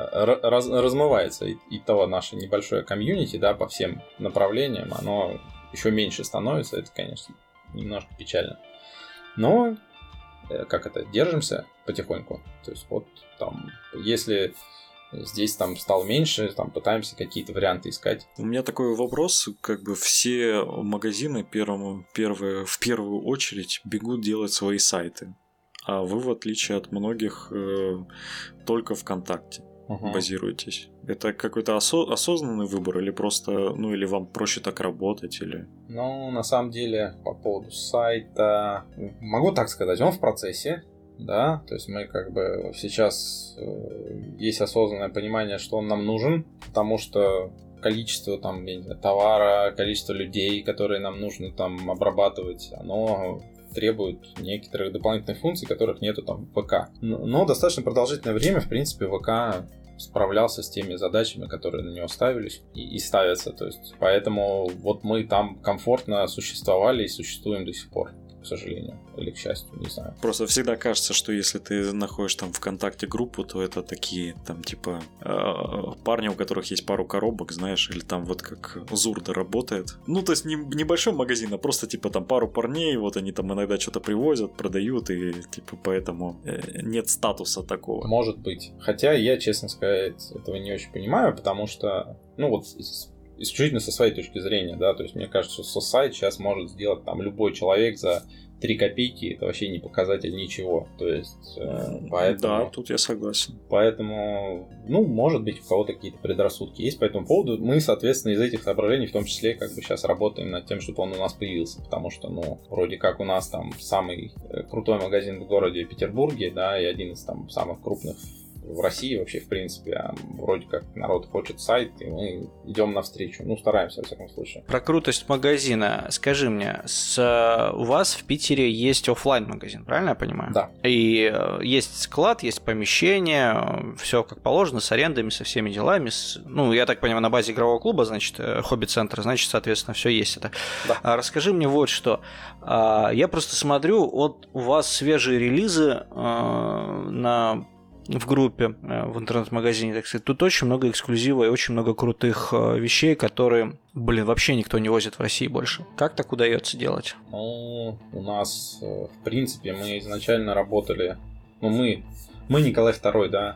C: размывается и того наше небольшое комьюнити, да, по всем направлениям, оно еще меньше становится, это, конечно, немножко печально. Но, как это, держимся потихоньку. То есть вот там, если здесь там стало меньше, там пытаемся какие-то варианты искать.
A: У меня такой вопрос, как бы все магазины в первую очередь бегут делать свои сайты, а вы, в отличие от многих, только ВКонтакте базируетесь. Это какой-то осознанный выбор или просто, ну, или вам проще так работать, или...
C: Ну, на самом деле, по поводу сайта, могу так сказать, он в процессе, да, то есть мы как бы сейчас есть осознанное понимание, что он нам нужен, потому что количество там, я не знаю, товара, количество людей, которые нам нужно там обрабатывать, оно требует некоторых дополнительных функций, которых нету там в ВК. Но достаточно продолжительное время, в принципе, ВК справлялся с теми задачами, которые на него ставились и ставятся. То есть, поэтому вот мы там комфортно существовали и существуем до сих пор, к сожалению, или к счастью, не знаю.
A: Просто всегда кажется, что если ты находишь там ВКонтакте группу, то это такие там типа парни, у которых есть пару коробок, знаешь, или там вот как Зурда работает. Ну, то есть небольшой магазин, а просто типа там пару парней, вот они там иногда что-то привозят, продают, и типа поэтому нет статуса такого.
C: Может быть. Хотя я, честно сказать, этого не очень понимаю, потому что, ну вот, исключительно со своей точки зрения, да, то есть мне кажется, что сайт сейчас может сделать там любой человек за 3 копейки, это вообще не показатель ничего, то есть поэтому...
A: Да, тут я согласен.
C: Поэтому, ну, может быть, у кого-то какие-то предрассудки есть по этому поводу, мы, соответственно, из этих соображений в том числе как бы сейчас работаем над тем, чтобы он у нас появился, потому что, ну, вроде как у нас там самый крутой магазин в городе Петербурге, да, и один из там самых крупных в России вообще в принципе. А вроде как народ хочет сайт, и мы идем навстречу. Ну, стараемся, во всяком случае.
B: Про крутость магазина. Скажи мне, у вас в Питере есть офлайн магазин, правильно я понимаю?
C: Да.
B: И есть склад, есть помещение, все как положено, с арендами, со всеми делами. Ну, я так понимаю, на базе игрового клуба, значит, хобби-центр, значит, соответственно, все есть это.
C: Да.
B: Расскажи мне вот что. Я просто смотрю, вот у вас свежие релизы в группе, в интернет-магазине, так сказать. Тут очень много эксклюзива и очень много крутых вещей, которые, вообще никто не возит в России больше. Как так удается делать?
C: Ну, у нас, в принципе, мы изначально работали... Ну, мы Николай II, да.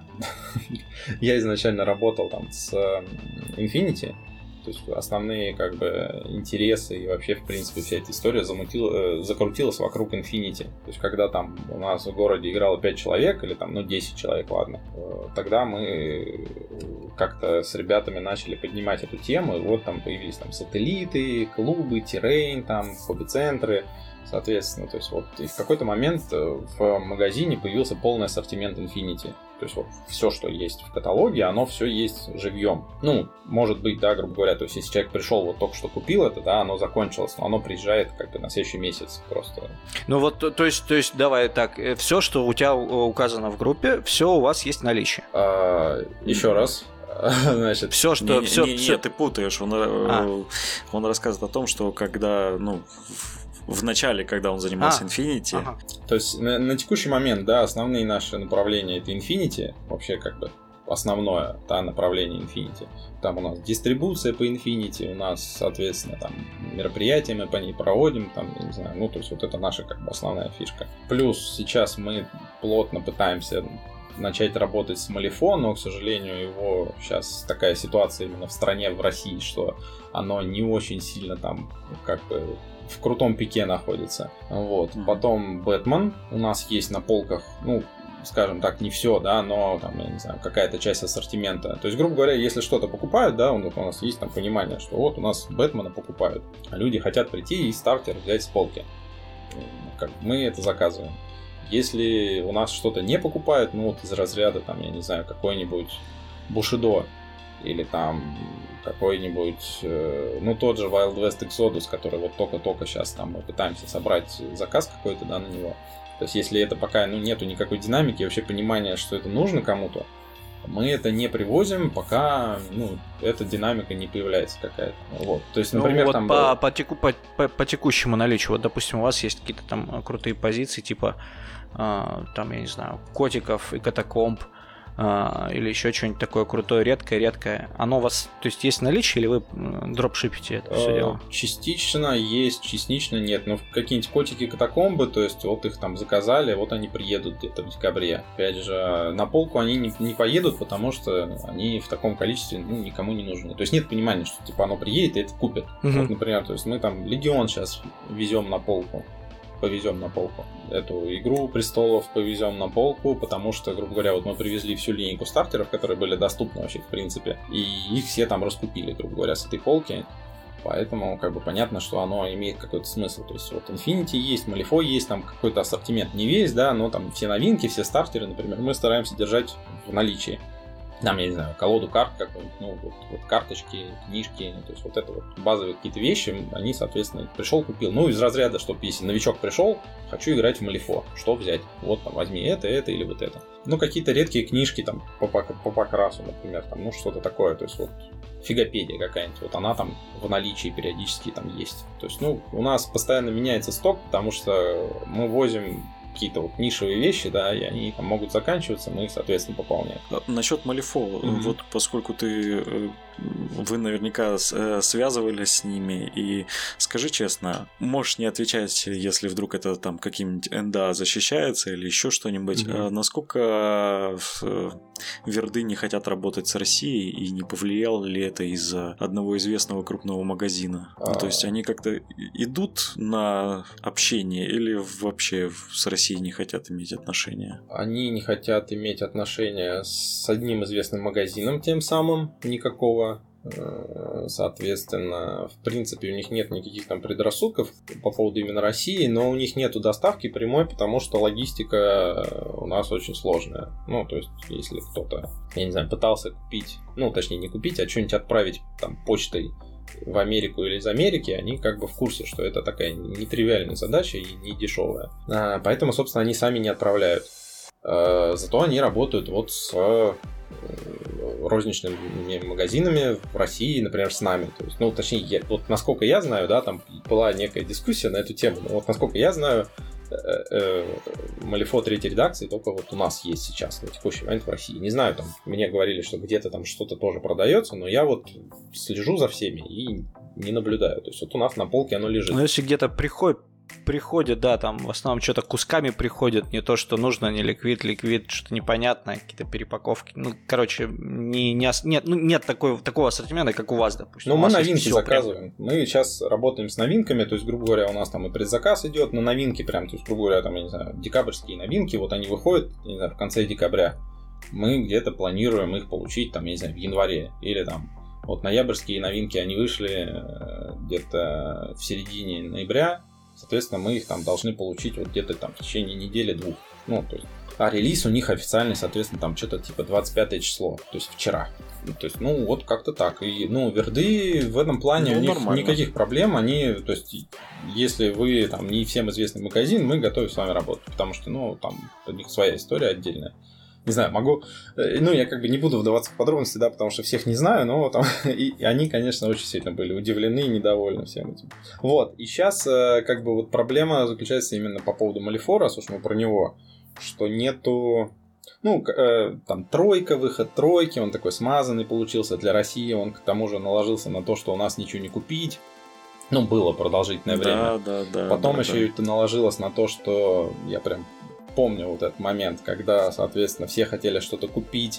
C: Я изначально работал там с Infinity. То есть основные как бы интересы и вообще, в принципе, вся эта история закрутилась вокруг Infinity. То есть когда там у нас в городе играло 5 человек, или там, 10 человек, ладно, тогда мы как-то с ребятами начали поднимать эту тему, и вот там появились там сателлиты, клубы, террейн, там, хобби-центры. Соответственно, то есть вот и в какой-то момент в магазине появился полный ассортимент Infinity. То есть вот все, что есть в каталоге, оно все есть живьем. Ну, может быть, да, грубо говоря, то есть если человек пришел, вот только что купил это, да, оно закончилось, но оно приезжает как бы на следующий месяц просто.
B: Ну вот, то есть давай так, все, что у тебя указано в группе, все у вас есть в наличии.
C: Еще раз. Значит,
B: все, что...
A: Нет, ты путаешь. Он рассказывает о том, что когда, в начале, когда он занимался Infinity.
C: То есть на текущий момент, да, основные наши направления это Infinity, вообще как бы основное, да, направление Infinity. Там у нас дистрибуция по Infinity, у нас, соответственно, там мероприятия мы по ней проводим, там, я не знаю, ну, то есть вот это наша как бы основная фишка. Плюс сейчас мы плотно пытаемся начать работать с Malifaux, но, к сожалению, его сейчас такая ситуация именно в стране, в России, что оно не очень сильно там, как бы, в крутом пике находится. Вот. Потом Бэтмен у нас есть на полках, ну, скажем так, не все, да, но там, я не знаю, какая-то часть ассортимента. То есть, грубо говоря, если что-то покупают, да, у нас есть там понимание, что вот у нас Бэтмена покупают, а люди хотят прийти и стартер взять с полки. Мы это заказываем. Если у нас что-то не покупают, ну вот из разряда, там, я не знаю, какой-нибудь Бушидо или там какой-нибудь, тот же Wild West Exodus, который вот только-только сейчас там мы пытаемся собрать заказ какой-то, да, на него. То есть если это пока, нету никакой динамики, вообще понимания, что это нужно кому-то, мы это не привозим, пока, эта динамика не появляется какая-то. Вот. То есть, например,
B: вот
C: там...
B: по текущему наличию, вот, допустим, у вас есть какие-то там крутые позиции, типа, там, я не знаю, котиков и катакомб, или еще что-нибудь такое крутое, редкое. Оно у вас, то есть, есть в наличии, или вы дропшипите это все дело?
C: Частично есть, частично нет. Но какие-нибудь котики-катакомбы, то есть, вот их там заказали, вот они приедут где-то в декабре. Опять же, на полку они не поедут, потому что они в таком количестве никому не нужны. То есть, нет понимания, что типа оно приедет и это купят. Вот, например, то есть, мы там Легион сейчас везем на полку. Повезем на полку. Эту Игру Престолов повезем на полку, потому что, грубо говоря, вот мы привезли всю линейку стартеров, которые были доступны вообще в принципе, и их все там раскупили, грубо говоря, с этой полки. Поэтому, как бы, понятно, что оно имеет какой-то смысл. То есть, вот Infinity есть, Malifaux есть, там какой-то ассортимент не весь, да, но там все новинки, все стартеры, например, мы стараемся держать в наличии. Там, я не знаю, колоду карт какую-нибудь, вот карточки, книжки, то есть вот это вот базовые какие-то вещи, они, соответственно, пришел, купил. Ну, из разряда, чтобы если новичок пришел, хочу играть в Malifaux, что взять? Вот там, возьми это или вот это. Ну, какие-то редкие книжки там по покрасу, например, там, что-то такое, то есть вот фигопедия какая-нибудь, вот она там в наличии периодически там есть. То есть, у нас постоянно меняется сток, потому что мы возим какие-то вот нишевые вещи, да, и они там могут заканчиваться, мы их, соответственно, пополняем.
A: Насчет Malifaux, вот поскольку вы наверняка связывались с ними, и скажи честно, можешь не отвечать, если вдруг это там каким-нибудь НДА защищается или еще что-нибудь, насколько верды не хотят работать с Россией, и не повлияло ли это из-за одного известного крупного магазина? То есть они как-то идут на общение или вообще с Россией не хотят иметь отношения?
C: Они не хотят иметь отношения с одним известным магазином, тем самым никакого. Соответственно, в принципе, у них нет никаких там предрассудков по поводу именно России, но у них нету доставки прямой, потому что логистика у нас очень сложная. Ну, то есть, если кто-то, я не знаю, пытался купить, ну, точнее, не купить, а что-нибудь отправить там почтой в Америку или из Америки, они как бы в курсе, что это такая нетривиальная задача и не дешевая. Поэтому, собственно, они сами не отправляют. Зато они работают вот с розничными магазинами в России, например, с нами. То есть, ну, точнее, вот насколько я знаю, да, там была некая дискуссия на эту тему, но вот насколько я знаю, Malifaux 3 редакции только вот у нас есть сейчас на текущий момент в России. Не знаю, там мне говорили, что где-то там что-то тоже продается, но я вот слежу за всеми и не наблюдаю. То есть вот у нас на полке оно лежит.
B: Но если где-то приходит, да, там в основном что-то кусками приходит, не то, что нужно, не ликвид, что-то непонятное, какие-то перепаковки. Ну, короче, нет такого ассортимента, как у вас, допустим.
C: Ну, мы новинки заказываем. Прям. Мы сейчас работаем с новинками, то есть, грубо говоря, у нас там и предзаказ идет на новинки прям, то есть, грубо говоря, там, я не знаю, декабрьские новинки, вот они выходят, не знаю, в конце декабря. Мы где-то планируем их получить, там, я не знаю, в январе или там. Вот ноябрьские новинки, они вышли где-то в середине ноября. Соответственно, мы их там должны получить вот где-то там в течение недели-двух. Ну, то есть, а релиз у них официальный, соответственно, там что-то типа 25 число, то есть вчера. То есть, ну, вот как-то так. И, ну, верды в этом плане, ну, у них нормально. Никаких проблем. Они, то есть, если вы там не всем известный магазин, мы готовы с вами работать. Потому что, ну, там у них своя история отдельная. Не знаю, могу... Ну, я как бы не буду вдаваться в подробности, да, потому что всех не знаю, но там... И они, конечно, очень сильно были удивлены и недовольны всем этим. Вот. И сейчас, как бы, вот проблема заключается именно по поводу Malifaux, раз уж мы про него, что нету... Ну, там тройка, выход тройки, он такой смазанный получился для России, он к тому же наложился на то, что у нас ничего не купить. Ну, было продолжительное время.
A: Да.
C: Потом еще это наложилось на то, что я прям... Помню вот этот момент, когда, соответственно, все хотели что-то купить,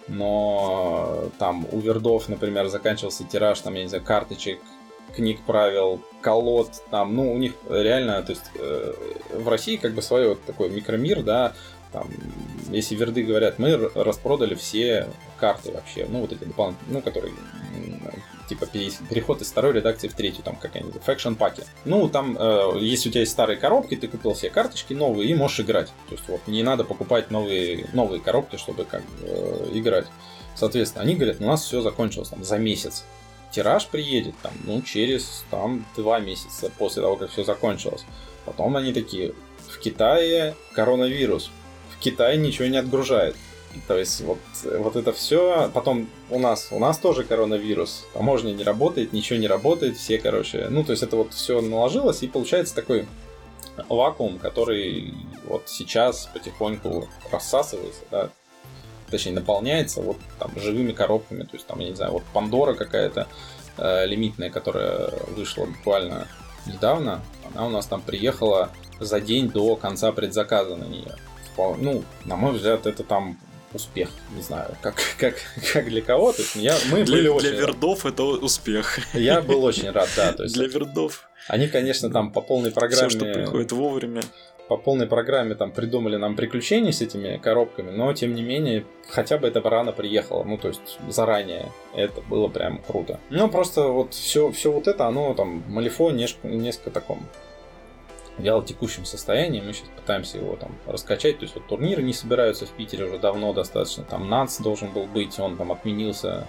C: но там у вердов, например, заканчивался тираж, там, я не знаю, карточек, книг правил, колод, там, ну, у них реально, то есть, в России как бы свой вот такой микромир, да, там, если верды говорят, мы распродали все карты вообще, ну, вот эти дополнительные, ну, которые, типа, переход из второй редакции в третью, там, какая-нибудь, фэкшн паки. Ну, там, если у тебя есть старые коробки, ты купил все карточки новые и можешь играть. То есть, вот, не надо покупать новые коробки, чтобы, как играть. Соответственно, они говорят, у нас все закончилось, там, за месяц. Тираж приедет, там, ну, через, там, 2 месяца после того, как все закончилось. Потом они такие, в Китае коронавирус. В Китае ничего не отгружает. То есть вот это все. Потом у нас тоже коронавирус. Таможня не работает, ничего не работает. Все, короче. Ну, то есть это вот все наложилось, и получается такой вакуум, который вот сейчас потихоньку рассасывается, да. Точнее, наполняется вот там живыми коробками. То есть там, я не знаю, вот Пандора какая-то лимитная, которая вышла буквально недавно. Она у нас там приехала за день до конца предзаказа на нее. Ну, на мой взгляд, это там успех, не знаю, как для кого. То есть
A: для вердов это успех.
C: Я был очень рад, да. То есть
A: для вердов.
C: Они, конечно, там по полной программе...
A: Все, что приходит вовремя.
C: По полной программе там придумали нам приключений с этими коробками, но, тем не менее, хотя бы это рано приехало. Ну, то есть, заранее. Это было прям круто. Ну, просто вот все вот это, оно там, Malifaux несколько таком вялотекущем состоянии, мы сейчас пытаемся его там раскачать, то есть вот турниры не собираются в Питере уже давно достаточно, там НАЦ должен был быть, он там отменился,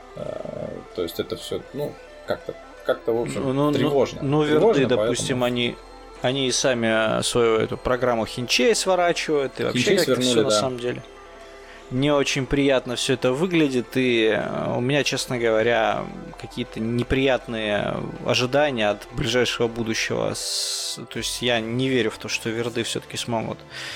C: то есть это все, ну, как-то в общем, тревожно.
B: Ну, верды, допустим, поэтому... они и сами свою эту программу Хинчей сворачивают, и вообще как-то все на самом деле не очень приятно все это выглядит, и у меня, честно говоря, какие-то неприятные ожидания от ближайшего будущего. То есть я не верю в то, что верды все-таки смогут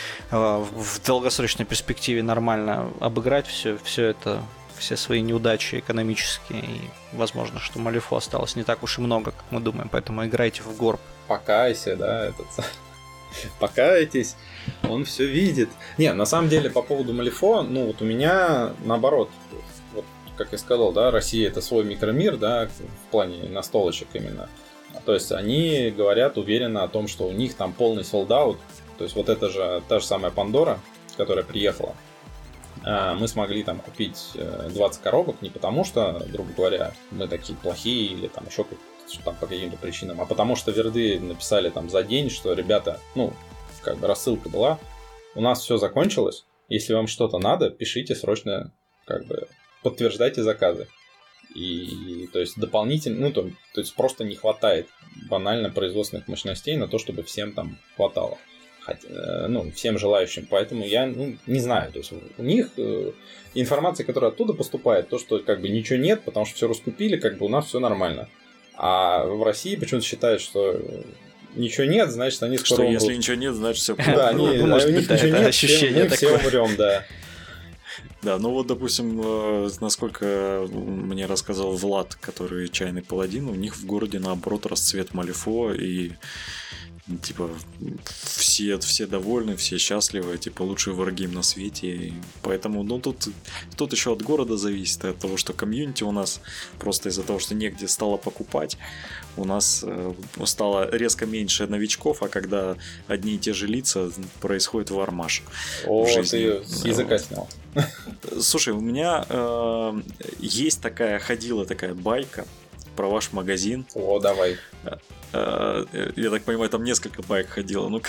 B: в долгосрочной перспективе нормально обыграть все это, все свои неудачи экономические, и возможно, что Malifaux осталось не так уж и много, как мы думаем, поэтому играйте в горб.
C: Покайся, да, покайтесь, он все видит. Не, на самом деле, по поводу Malifaux, ну вот у меня наоборот, вот как я сказал, да, Россия это свой микромир, да, в плане настолочек именно. То есть они говорят уверенно о том, что у них там полный солд-аут. То есть вот это же та же самая Пандора, которая приехала. мы смогли там купить 20 коробок не потому, что, грубо говоря, мы такие плохие или там еще там, по каким-то причинам, а потому что верды написали там за день, что, ребята, ну, как бы рассылка была, у нас все закончилось, если вам что-то надо, пишите срочно, как бы подтверждайте заказы. И то есть дополнительно, ну, то есть просто не хватает банально производственных мощностей на то, чтобы всем там хватало. Ну, всем желающим. Поэтому я, не знаю. То есть у них информация, которая оттуда поступает, то, что как бы ничего нет, потому что все раскупили, как бы у нас все нормально. А в России почему-то считают, что ничего нет, значит, они скоро умрут.
A: Если ничего нет, значит, все плохо.
C: Да, у них ничего нет, мы все умрем, да.
A: Да, ну вот, допустим, насколько мне рассказал Влад, который чайный паладин, у них в городе, наоборот, расцвет Малифо, и типа все довольны, все счастливы, типа лучшие варгейм на свете. И поэтому, ну, тут еще от города зависит, от того, что комьюнити у нас просто из-за того, что негде стало покупать, у нас стало резко меньше новичков, а когда одни и те же лица, происходит вармаш в жизни.
C: Ты с языка снял.
A: Слушай, у меня есть ходила такая байка про ваш магазин.
C: О, давай.
A: Я так понимаю, там несколько байк ходило. Ну-ка,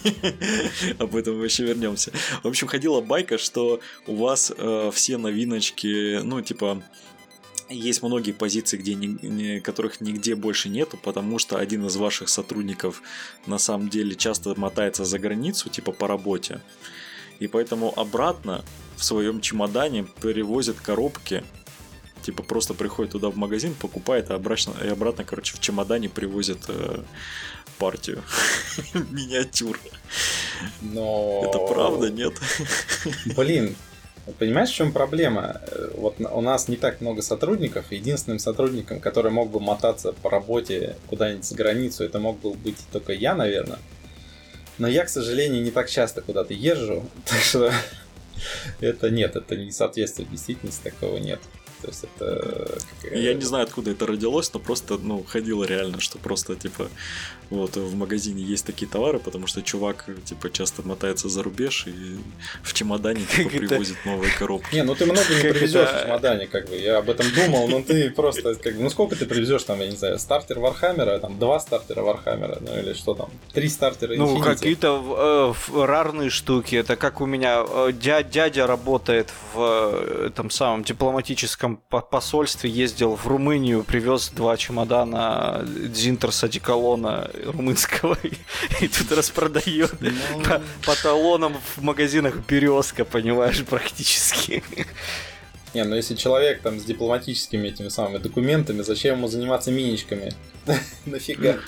A: об этом мы еще вернемся. В общем, ходила байка, что у вас все новиночки, ну, типа, есть многие позиции, которых нигде больше нету, потому что один из ваших сотрудников на самом деле часто мотается за границу, типа, по работе. И поэтому обратно в своем чемодане перевозит коробки. Типа просто приходит туда в магазин, покупает, и обратно, короче, в чемодане привозит партию миниатюр.
C: Но...
A: Это правда, нет?
C: Блин, понимаешь, в чем проблема? Вот у нас не так много сотрудников. Единственным сотрудником, который мог бы мотаться по работе куда-нибудь за границу, это мог бы быть только я, наверное. Но я, к сожалению, не так часто куда-то езжу, так что это не соответствует действительности, такого нет. То есть это...
A: Я не знаю, откуда это родилось, но просто, ходило реально, что просто, типа, вот в магазине есть такие товары, потому что чувак, типа, часто мотается за рубеж и в чемодане, типа, привозит новые коробки.
C: Не, ты много не привезешь в чемодане, как бы, я об этом думал, но ты просто, как бы, сколько ты привезешь, там, я не знаю, стартер Вархаммера, там, 2 стартера Вархаммера, или что там, 3 стартера Infinity.
B: Какие-то рарные штуки, это как у меня дядя работает в этом самом дипломатическом посольстве, ездил в Румынию, привез 2 чемодана Дзинтерс одеколона румынского и тут распродает по талонам в магазинах «Березка», понимаешь, практически.
C: Не, если человек там с дипломатическими этими самыми документами, зачем ему заниматься миничками? Нафига?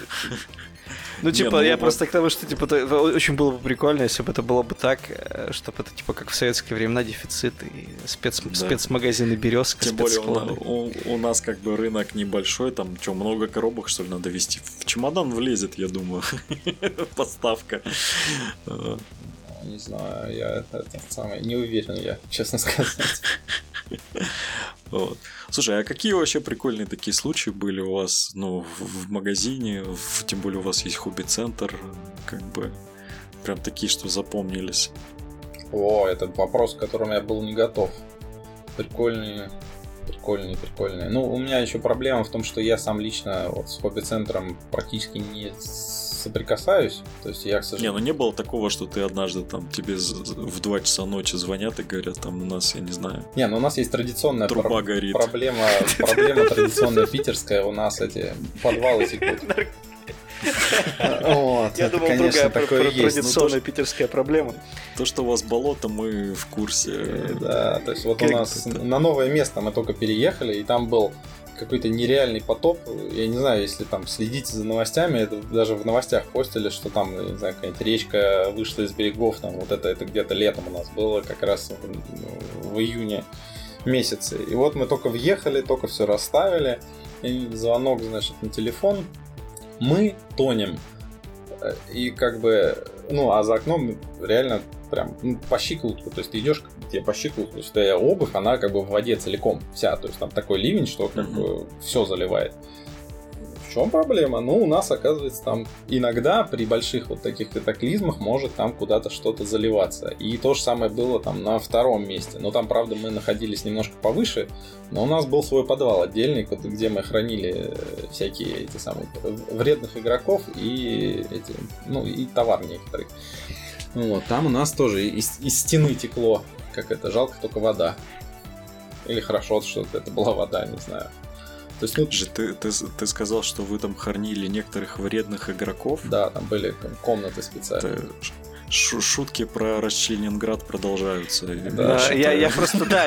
B: Я просто к тому, что, типа, очень было бы прикольно, если бы это было бы так, чтобы это, типа, как в советские времена, дефицит и спецмагазины «Березка».
A: Тем более у нас, как бы, рынок небольшой, там, много коробок, что ли, надо везти? В чемодан влезет, я думаю, поставка.
C: Не знаю, я не уверен, я, честно сказать.
A: Вот. Слушай, а какие вообще прикольные такие случаи были у вас, в магазине, тем более у вас есть хобби-центр, как бы, прям такие, что запомнились?
C: О, это вопрос, к которому я был не готов. Прикольные. У меня еще проблема в том, что я сам лично с хобби-центром практически не соприкасаюсь. То есть я, к сожалению...
A: Не было такого, что ты однажды там тебе в 2 часа ночи звонят и говорят, там у нас, я не знаю...
C: у нас есть традиционная
A: горит.
C: Проблема традиционная питерская, у нас эти подвалы текут.
B: Я думал, другая традиционная питерская проблема.
A: То, что у вас болото, мы в курсе.
C: Да, то есть вот у нас на новое место мы только переехали, и там был какой-то нереальный потоп. Я не знаю, если там следите за новостями, это даже в новостях постили, что там, не знаю, какая-нибудь речка вышла из берегов, там вот это где-то летом у нас было, как раз в июне месяце. И вот мы только въехали, только все расставили, и звонок, значит, на телефон. Мы тонем. И как бы, а за окном реально прям по щиколотку, то есть ты идешь, тебе по щиколотку, то есть твоя обувь, она как бы в воде целиком вся, то есть там такой ливень, что как бы все заливает. в чем проблема? Ну, у нас, оказывается, там иногда при больших вот таких катаклизмах может там куда-то что-то заливаться. И то же самое было там на втором месте. Но там, правда, мы находились немножко повыше, но у нас был свой подвал отдельный, где мы хранили всякие эти самые вредных игроков и эти, ну, и товар некоторые. Вот, там у нас тоже из стены текло, как это, жалко только вода. Или хорошо, что это была вода, не знаю. То есть, ну...
A: Ты сказал, что вы там хранили некоторых вредных игроков?
C: Да, там были комнаты специальные.
A: Шутки про Расчлененград продолжаются.
B: Да, я просто, да.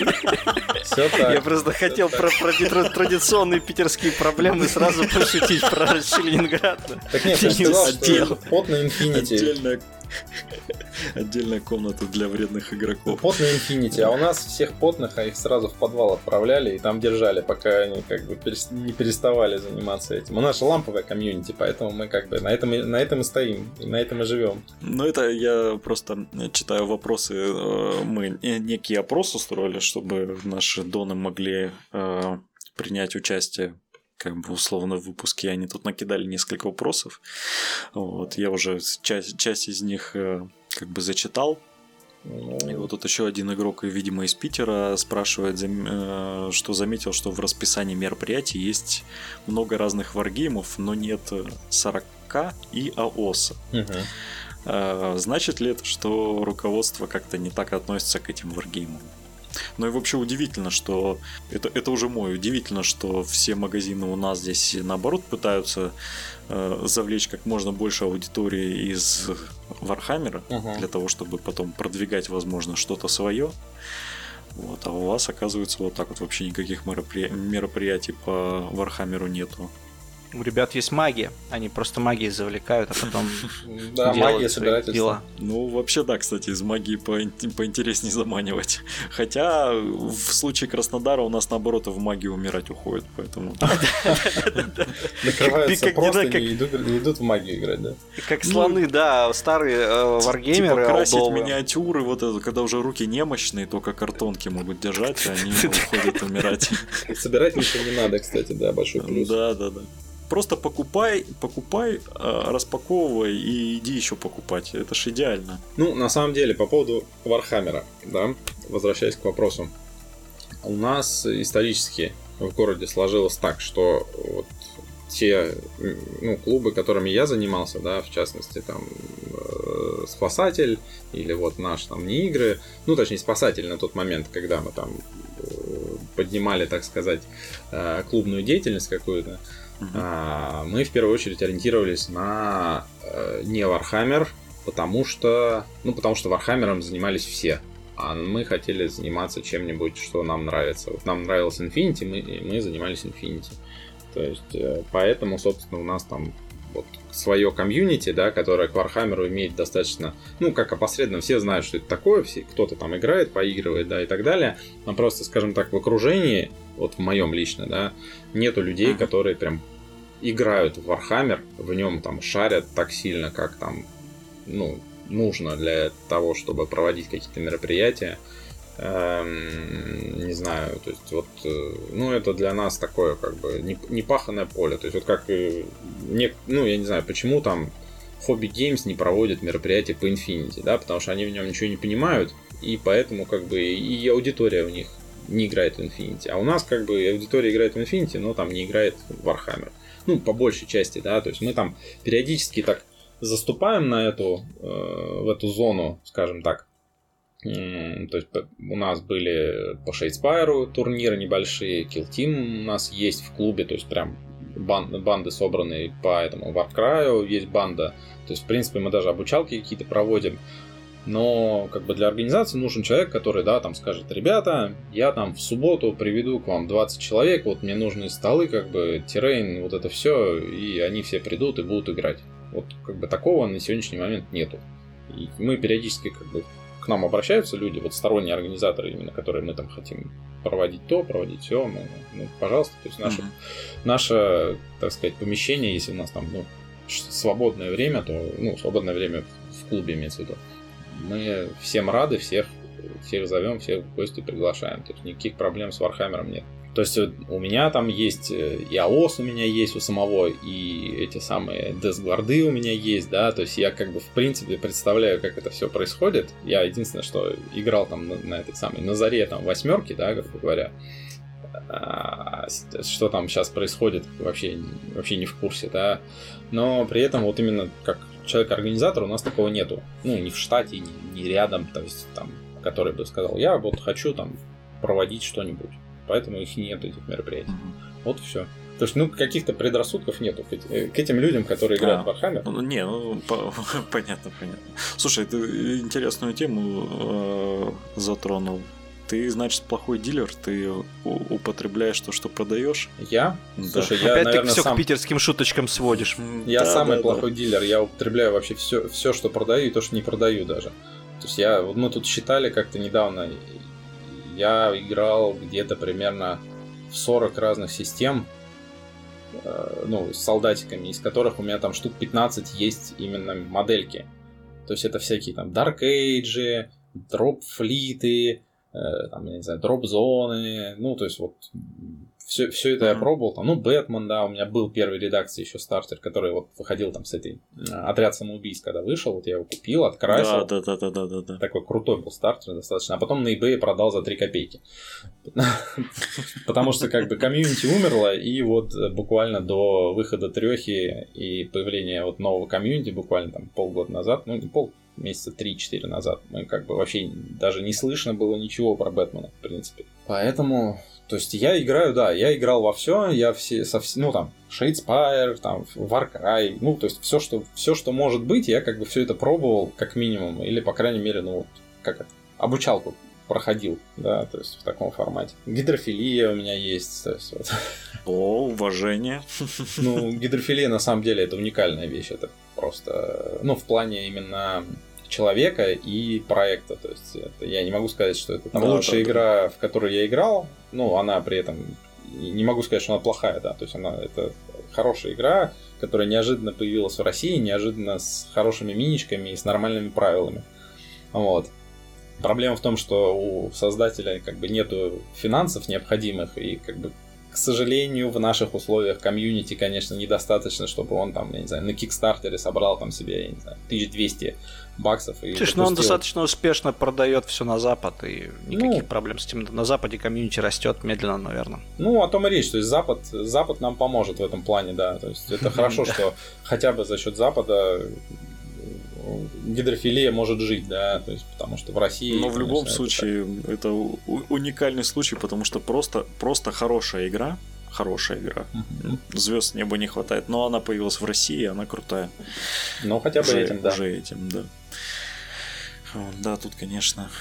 B: Я просто хотел про традиционные питерские проблемы сразу пошутить про Расчлененград.
C: Так нет, я сказал, что под на Infinity.
A: Отдельная комната для вредных игроков.
C: Пот на Infinity, а у нас всех потных, их сразу в подвал отправляли и там держали, пока они как бы не переставали заниматься этим. У нас же ламповая комьюнити, поэтому мы как бы на этом и стоим, и на этом и живем.
A: Ну это я просто читаю вопросы, мы некий опрос устроили, чтобы наши доны могли принять участие как бы условно в выпуске. Они тут накидали несколько вопросов. Вот, я уже часть из них как бы зачитал. И вот тут еще один игрок, видимо, из Питера спрашивает, что заметил, что в расписании мероприятий есть много разных варгеймов, но нет 40 и АОСа. Значит ли это, что руководство как-то не так относится к этим варгеймам? Ну и вообще удивительно, что это уже удивительно, что все магазины у нас здесь наоборот пытаются завлечь как можно больше аудитории из Вархаммера, для того, чтобы потом продвигать, возможно, что-то свое. Вот, а у вас, оказывается, вот так вот вообще никаких мероприятий по Вархаммеру нету.
B: У ребят есть магия, они просто магией завлекают, а потом
C: делают свои дела.
A: Ну, вообще, да, кстати, из магии поинтереснее заманивать. Хотя в случае Краснодара у нас, наоборот, в магию умирать уходит, поэтому...
C: Накрываются просто и идут в магию играть, да?
B: Как слоны, да, старые варгеймеры.
A: Типа красить миниатюры, вот это, когда уже руки немощные, только картонки могут держать, и они уходят умирать.
C: Собирать ничего не надо, кстати, да, большой плюс.
A: Да. Просто покупай, распаковывай и иди еще покупать. Это ж идеально.
C: Ну, на самом деле, по поводу Вархаммера, да, возвращаясь к вопросу. У нас исторически в городе сложилось так, что вот те клубы, которыми я занимался, да, в частности, там, Спасатель или вот наш там не игры, ну, точнее, Спасатель на тот момент, когда мы там поднимали, так сказать, клубную деятельность какую-то, мы в первую очередь ориентировались на не Warhammer, потому что Warhammer'ом занимались все, а мы хотели заниматься чем-нибудь, что нам нравится. Вот нам нравился Infinity, мы занимались Infinity. То есть, поэтому, собственно, у нас там вот свое комьюнити, да, которое к Warhammer'у имеет достаточно, как опосредованно все знают, что это такое, кто-то там играет, поигрывает, да, и так далее. Но просто, скажем так, в окружении, вот в моем лично, да, нету людей, которые прям играют в Warhammer, в нем там шарят так сильно, как там, нужно для того, чтобы проводить какие-то мероприятия. Не знаю, то есть вот, это для нас такое как бы непаханное поле. То есть вот как, я не знаю, почему там Hobby Games не проводят мероприятия по Infinity, да, потому что они в нем ничего не понимают, и поэтому как бы и аудитория у них не играет в Infinity. А у нас как бы аудитория играет в Infinity, но там не играет в Warhammer. По большей части, да, то есть мы там периодически так заступаем на в эту зону, скажем так. То есть у нас были по Shadespire турниры небольшие, Kill Team у нас есть в клубе, то есть прям банды собранные по этому Warcry, есть банда, то есть в принципе мы даже обучалки какие-то проводим, но как бы для организации нужен человек, который, да, там скажет: ребята, я там в субботу приведу к вам 20 человек, вот мне нужны столы, как бы террейн, вот это все, и они все придут и будут играть. Вот как бы такого на сегодняшний момент нету. И мы периодически как бы к нам обращаются люди, вот сторонние организаторы именно, которые мы там хотим проводить все, пожалуйста, то есть наше, так сказать, помещение, если у нас там, свободное время, то, свободное время в клубе имеется в виду, мы всем рады, всех зовем, всех в гости приглашаем, то есть никаких проблем с Warhammer'ом нет. То есть у меня там есть и АОС у меня есть у самого, и эти самые десгварды у меня есть, да, то есть я как бы в принципе представляю, как это все происходит. Я единственное, что играл там на этой самой, на заре там 8, да, грубо говоря. Что там сейчас происходит, вообще не в курсе, да. Но при этом вот именно как человек-организатор у нас такого нету. Ну, ни в штате, ни рядом, то есть там, который бы сказал, я вот хочу там проводить что-нибудь. Поэтому их нет, этих мероприятий. Вот и все. То есть, каких-то предрассудков нету к этим людям, которые играют в Warhammer.
A: Понятно. Слушай, ты интересную тему затронул. Ты, значит, плохой дилер, ты употребляешь то, что продаешь?
C: Я?
A: Да.
C: Слушай, я,
B: опять
C: наверное,
B: ты все к питерским шуточкам сводишь.
C: Я самый плохой дилер. Я употребляю вообще все, что продаю, и то, что не продаю даже. То есть мы тут считали как-то недавно. Я играл где-то примерно в 40 разных систем, с солдатиками, из которых у меня там штук 15 есть именно модельки. То есть это всякие там Dark Age, дроп-флиты, там, я не знаю, дроп-зоны, то есть вот все это я пробовал. Там, Бэтмен, да, у меня был первой редакции еще стартер, который вот выходил там с этой отряд самоубийц, когда вышел, вот я его купил, открасил.
A: Да.
C: Такой крутой был стартер достаточно, а потом на eBay продал за 3 копейки. Потому что как бы комьюнити умерло, и вот буквально до выхода Трёхи и появления вот нового комьюнити, буквально там полгода назад, месяца 3-4 назад, мы как бы вообще даже не слышно было ничего про Бэтмена, в принципе. Поэтому... То есть я играл во все, там, Shadespire, там, Warcry, то есть все, что может быть, я как бы все это пробовал, как минимум, или, по крайней мере, обучалку проходил, да, то есть в таком формате. Гидрофилия у меня есть, то есть вот.
A: О, уважение.
C: Гидрофилия, на самом деле, это уникальная вещь, это просто, в плане именно... человека и проекта. То есть я не могу сказать, что это лучшая игра, в которую я играл. Она при этом... Не могу сказать, что она плохая, да. То есть это хорошая игра, которая неожиданно появилась в России, неожиданно с хорошими миничками и с нормальными правилами. Вот. Проблема в том, что у создателя как бы нету финансов необходимых, и как бы, к сожалению, в наших условиях комьюнити, конечно, недостаточно, чтобы он там, я не знаю, на Кикстартере собрал там себе, я не знаю, 1200 баксов.
B: Он достаточно успешно продает все на Запад, и никаких проблем с этим. На Западе комьюнити растет медленно, наверное.
C: О том и речь. То есть Запад нам поможет в этом плане, да. То есть это хорошо, что хотя бы за счет Запада гидрофилия может жить, да, то есть потому что в России...
A: Но в любом случае это уникальный случай, потому что просто хорошая игра. Звезд неба не хватает, но она появилась в России, она крутая.
C: Хотя бы этим, да.
A: Уже этим, да. Да, тут, конечно.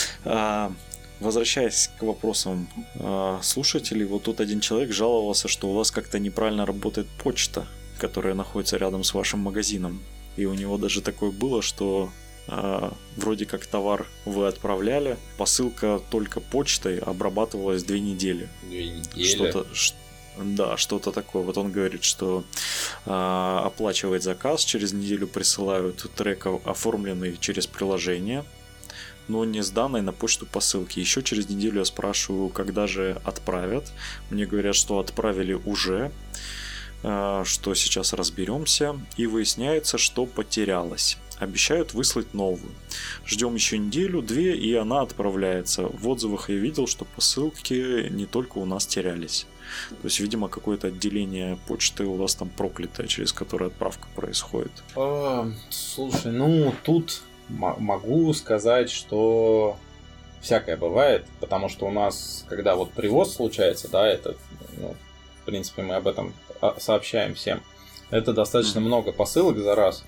A: Возвращаясь к вопросам слушателей, вот тут один человек жаловался, что у вас как-то неправильно работает почта, которая находится рядом с вашим магазином. И у него даже такое было, что вроде как товар вы отправляли, посылка только почтой обрабатывалась 2 недели.
C: 2 недели?
A: Что-то такое. Вот он говорит, что оплачивает заказ, через неделю присылают трек, оформленный через приложение, но не с данной на почту посылки. Еще через неделю я спрашиваю, когда же отправят. Мне говорят, что отправили уже, что сейчас разберемся, и выясняется, что потерялось. Обещают выслать новую. Ждем еще неделю-две, и она отправляется. В отзывах я видел, что посылки не только у нас терялись. То есть, видимо, какое-то отделение почты у вас там проклятое, через которое отправка происходит.
C: Слушай, тут могу сказать, что всякое бывает, потому что у нас, когда вот привоз случается, да, это, в принципе, мы об этом сообщаем всем. Это достаточно много посылок за раз.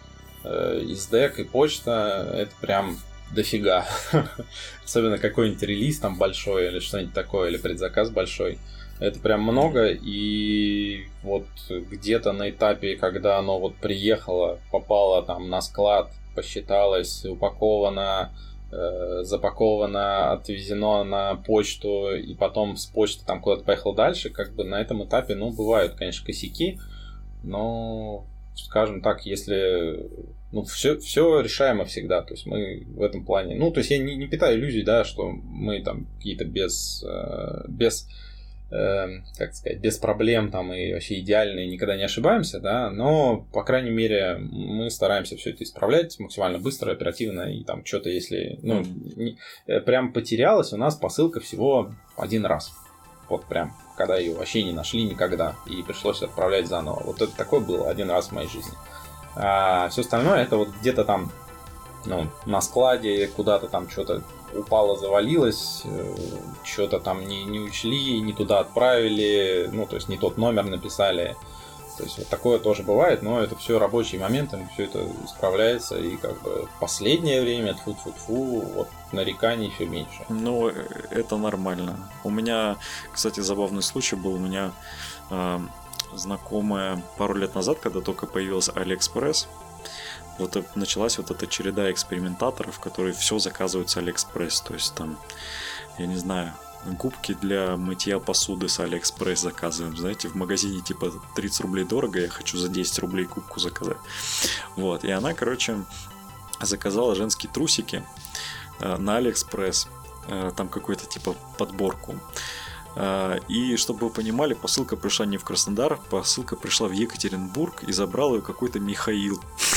C: Из ДЭК и почта это прям дофига. Особенно какой-нибудь релиз там большой или что-нибудь такое, или предзаказ большой. Это прям много, и вот где-то на этапе, когда оно вот приехало, попало там на склад, посчиталось, упаковано, запаковано, отвезено на почту, и потом с почты там куда-то поехал дальше, как бы на этом этапе, бывают, конечно, косяки, но, скажем так, если... все решаемо всегда, то есть мы в этом плане... то есть я не питаю иллюзий, да, что мы там какие-то без как сказать, без проблем там и вообще идеальные, никогда не ошибаемся, да, но, по крайней мере, мы стараемся все это исправлять максимально быстро, оперативно, и там что-то, если, прям потерялась у нас посылка всего один раз. Вот прям, когда ее вообще не нашли никогда, и пришлось отправлять заново. Вот это такое было один раз в моей жизни. А все остальное, это вот где-то там, на складе, куда-то там что-то упало, завалилось, что-то там не учли, не туда отправили, то есть не тот номер написали. То есть вот такое тоже бывает, но это все рабочие моменты, все это исправляется, и как бы в последнее время, тьфу-тьфу-тьфу, вот нареканий все меньше.
A: Это нормально. У меня, кстати, забавный случай был, у меня знакомая пару лет назад, когда только появился AliExpress, вот началась вот эта череда экспериментаторов, которые все заказывают с AliExpress. То есть там, я не знаю, губки для мытья посуды с AliExpress заказываем. Знаете, в магазине типа 30 рублей дорого, я хочу за 10 рублей губку заказать. Вот, и она, заказала женские трусики на AliExpress. Там какой-то типа подборку. И чтобы вы понимали, посылка пришла не в Краснодар, посылка пришла в Екатеринбург, и забрал ее какой-то Михаил.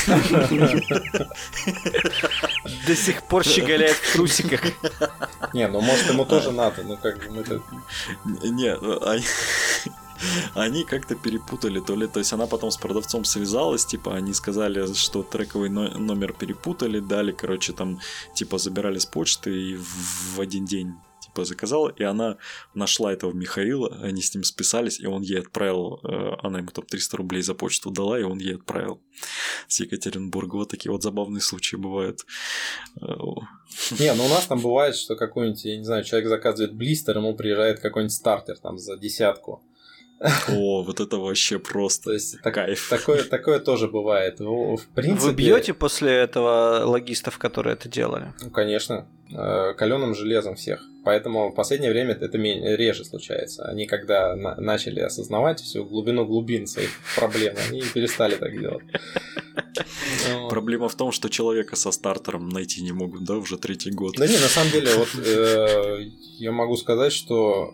B: До сих пор щеголяет в трусиках.
C: Не, может ему тоже надо, мы-то...
A: Не, они как-то перепутали, то есть она потом с продавцом связалась, типа они сказали, что трековый номер перепутали, дали, там, типа забирали с почты и в один день заказала, и она нашла этого Михаила, они с ним списались, и он ей отправил, она ему там 300 рублей за почту дала, и он ей отправил с Екатеринбурга. Вот такие вот забавные случаи бывают.
C: Не, у нас там бывает, что какой-нибудь, я не знаю, человек заказывает блистер, ему приезжает какой-нибудь стартер там за 10.
A: О, вот это вообще просто.
C: То есть
A: кайф.
C: Такое тоже бывает. В принципе...
B: Вы бьете после этого логистов, которые это делали?
C: Конечно. Каленым железом всех. Поэтому в последнее время это реже случается. Они когда начали осознавать всю глубину глубин своих проблем, они перестали так делать.
A: Проблема в том, что человека со стартером найти не могут, да, уже 3-й год.
C: Да не, на самом деле, я могу сказать, что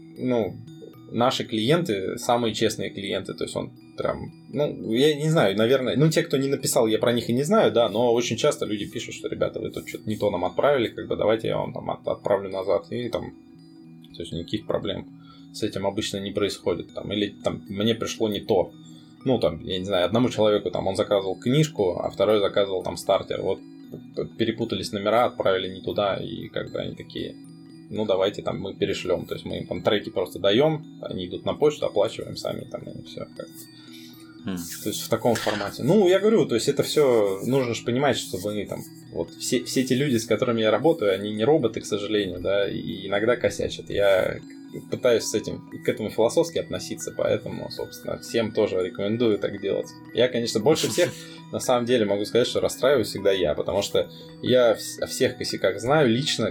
C: наши клиенты самые честные клиенты, то есть он прям, я не знаю, наверное, те, кто не написал, я про них и не знаю, да, но очень часто люди пишут, что, ребята, вы тут что-то не то нам отправили, давайте я вам там отправлю назад, и там, то есть никаких проблем с этим обычно не происходит, там, или там мне пришло не то, я не знаю, одному человеку там он заказывал книжку, а второй заказывал там стартер, вот перепутались номера, отправили не туда, и они такие... давайте там мы перешлем. То есть мы им там треки просто даем, они идут на почту, оплачиваем сами там и все. То есть в таком формате. Я говорю, то есть это все нужно же понимать, что вы там вот все эти люди, с которыми я работаю, они не роботы, к сожалению, да, и иногда косячат. Я пытаюсь к этому философски относиться, поэтому, собственно, всем тоже рекомендую так делать. Я, конечно, больше всех на самом деле могу сказать, что расстраиваюсь всегда я, потому что я о всех косяках знаю лично,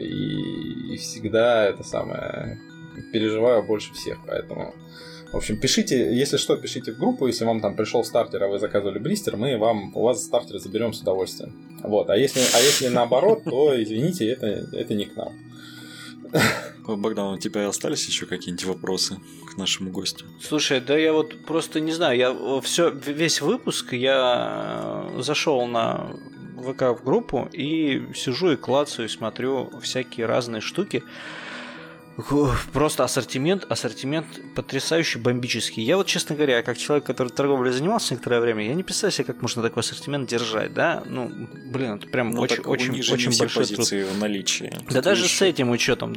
C: и всегда это самое переживаю больше всех, поэтому... В общем, пишите, если что, пишите в группу, если вам там пришел стартер, а вы заказывали блистер, мы у вас стартер заберем с удовольствием. Вот, а если наоборот, то, извините, это не к нам.
A: Богдан, у тебя остались еще какие-нибудь вопросы к нашему гостю?
B: Слушай, да я вот просто не знаю, весь выпуск я зашел на ВК в группу и сижу и клацаю, смотрю всякие разные штуки. Просто ассортимент потрясающий, бомбический. Я вот, честно говоря, как человек, который торговлей занимался некоторое время, я не представляю себе, как можно такой ассортимент держать, да? Это прям очень большой
A: позиции
B: труд.
A: В наличии.
B: Да даже с этим учетом,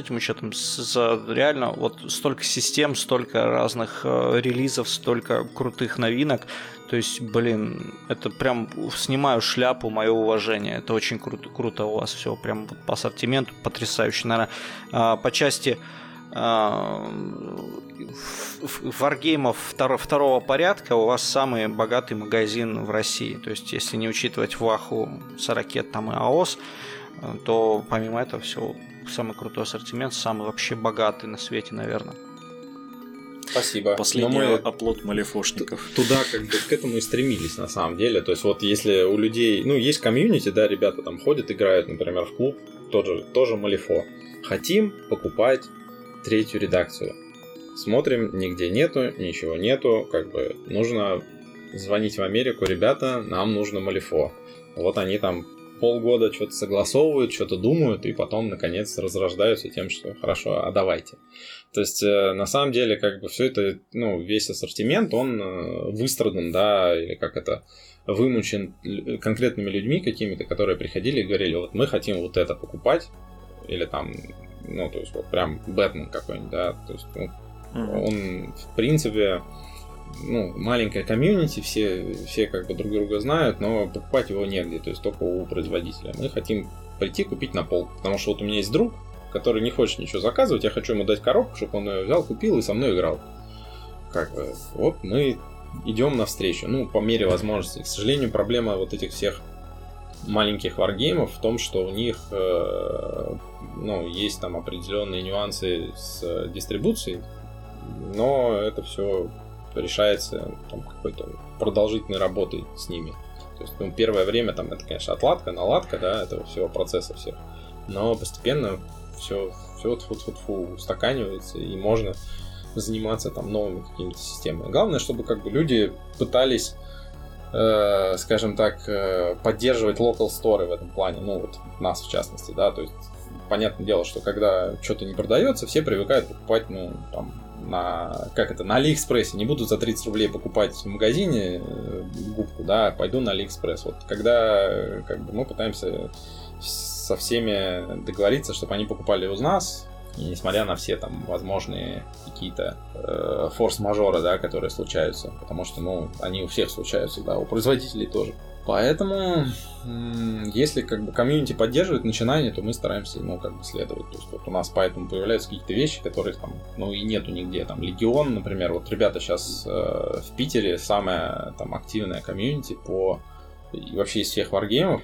B: реально вот столько систем, столько разных релизов, столько крутых новинок. То есть, это прям снимаю шляпу, мое уважение. Это очень круто у вас все, прям по ассортименту потрясающе. Наверное, по части варгеймов второго порядка у вас самый богатый магазин в России. То есть, если не учитывать Ваху, Сорокет там и АОС, то помимо этого всего самый крутой ассортимент, самый вообще богатый на свете, наверное.
C: Спасибо.
A: Последний оплот малифошников.
C: Туда к этому и стремились, на самом деле. То есть, вот если у людей... есть комьюнити, да, ребята там ходят, играют, например, в клуб, тоже малифо. Хотим покупать третью редакцию. Смотрим, нигде нету, ничего нету, как бы нужно звонить в Америку, ребята, нам нужно Малифо. Вот они там полгода что-то согласовывают, что-то думают, и потом, наконец, разрождаются тем, что хорошо, а давайте. То есть, на самом деле, как бы все это, ну, весь ассортимент, он выстрадан, да, или как это, вымучен конкретными людьми какими-то, которые приходили и говорили, вот мы хотим вот это покупать, или там, ну, то есть, вот прям Бэтмен какой-нибудь, да, то есть, ну, он, в принципе, ну, маленькая комьюнити, все как бы друг друга знают, но покупать его негде, то есть только у производителя. Мы хотим прийти купить на полку, потому что вот у меня есть друг, который не хочет ничего заказывать, я хочу ему дать коробку, чтобы он ее взял, купил и со мной играл. Как бы, вот мы идем навстречу, ну, по мере возможности. К сожалению, проблема вот этих всех маленьких варгеймов в том, что у них, ну, есть там определенные нюансы с дистрибуцией, но это все решается там, какой-то продолжительной работой с ними. То есть, ну, первое время там это, конечно, отладка, наладка, да, этого всего процесса всех. Но постепенно все устаканивается, и можно заниматься там новыми какими-то системами. Главное, чтобы как бы люди пытались, скажем так, поддерживать local store в этом плане, ну вот нас в частности, да, то есть понятное дело, что когда что-то не продается, все привыкают покупать, ну, там, на Алиэкспрессе, не буду за 30 рублей покупать в магазине губку, да, пойду на Алиэкспресс. Вот когда как бы мы пытаемся со всеми договориться, чтобы они покупали у нас, и несмотря на все там возможные какие-то форс-мажоры, да, которые случаются, потому что, ну, они у всех случаются, да, у производителей тоже. Поэтому, если как бы комьюнити поддерживает начинание, то мы стараемся, ну, как бы следовать. То есть вот у нас поэтому появляются какие-то вещи, которых там, ну, и нету нигде. Там Легион, например, вот ребята сейчас в Питере самая там активная комьюнити по и вообще из всех варгеймов.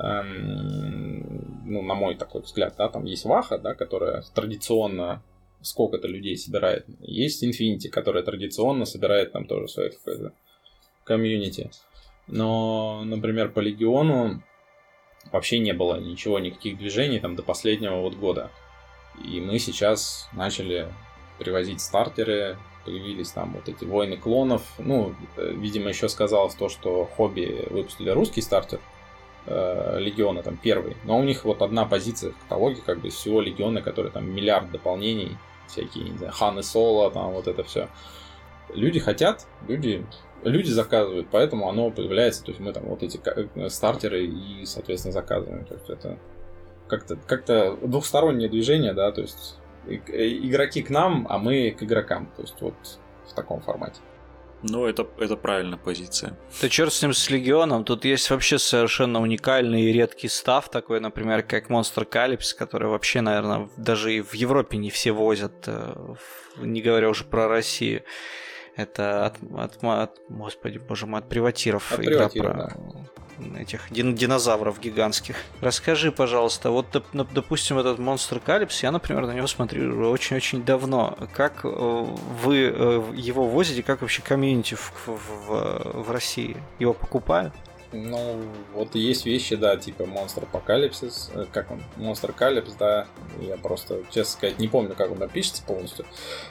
C: Ну, на мой такой взгляд, да, там есть Ваха, да, которая традиционно сколько-то людей собирает. Есть Infinity, которая традиционно собирает там тоже свое какое-то комьюнити. Но, например, по Легиону вообще не было ничего, никаких движений там до последнего вот года. И мы сейчас начали привозить стартеры, появились там вот эти войны клонов. Ну, видимо, еще сказалось то, что Хобби выпустили русский стартер Легиона, там первый. Но у них вот одна позиция в каталоге, как бы из всего Легиона, который там миллиард дополнений, всякие, не знаю, Хан и Соло, там вот это все. Люди хотят, люди заказывают, поэтому оно появляется, то есть мы там вот эти стартеры и, соответственно, заказываем. То есть это как-то двухстороннее движение, да, то есть игроки к нам, а мы к игрокам, то есть вот в таком формате.
A: Ну, это правильная позиция.
B: Да черт с ним, с Легионом. Тут есть вообще совершенно уникальный и редкий став, такой, например, как Monster Calypso, который вообще, наверное, даже и в Европе не все возят, не говоря уже про Россию. Это господи, боже мой, от приватиров.
C: От
B: игра
C: приватиров,
B: про
C: да.
B: этих динозавров гигантских. Расскажи, пожалуйста, вот, допустим, этот Monster Calypso, я, например, на него смотрю очень-очень давно. Как вы его возите, как вообще комьюнити в России? Его покупают?
C: Ну, вот есть вещи, да, типа Monster Apocalypse, как он, Monster Calypso, да, я просто, честно сказать, не помню, как он напишется полностью.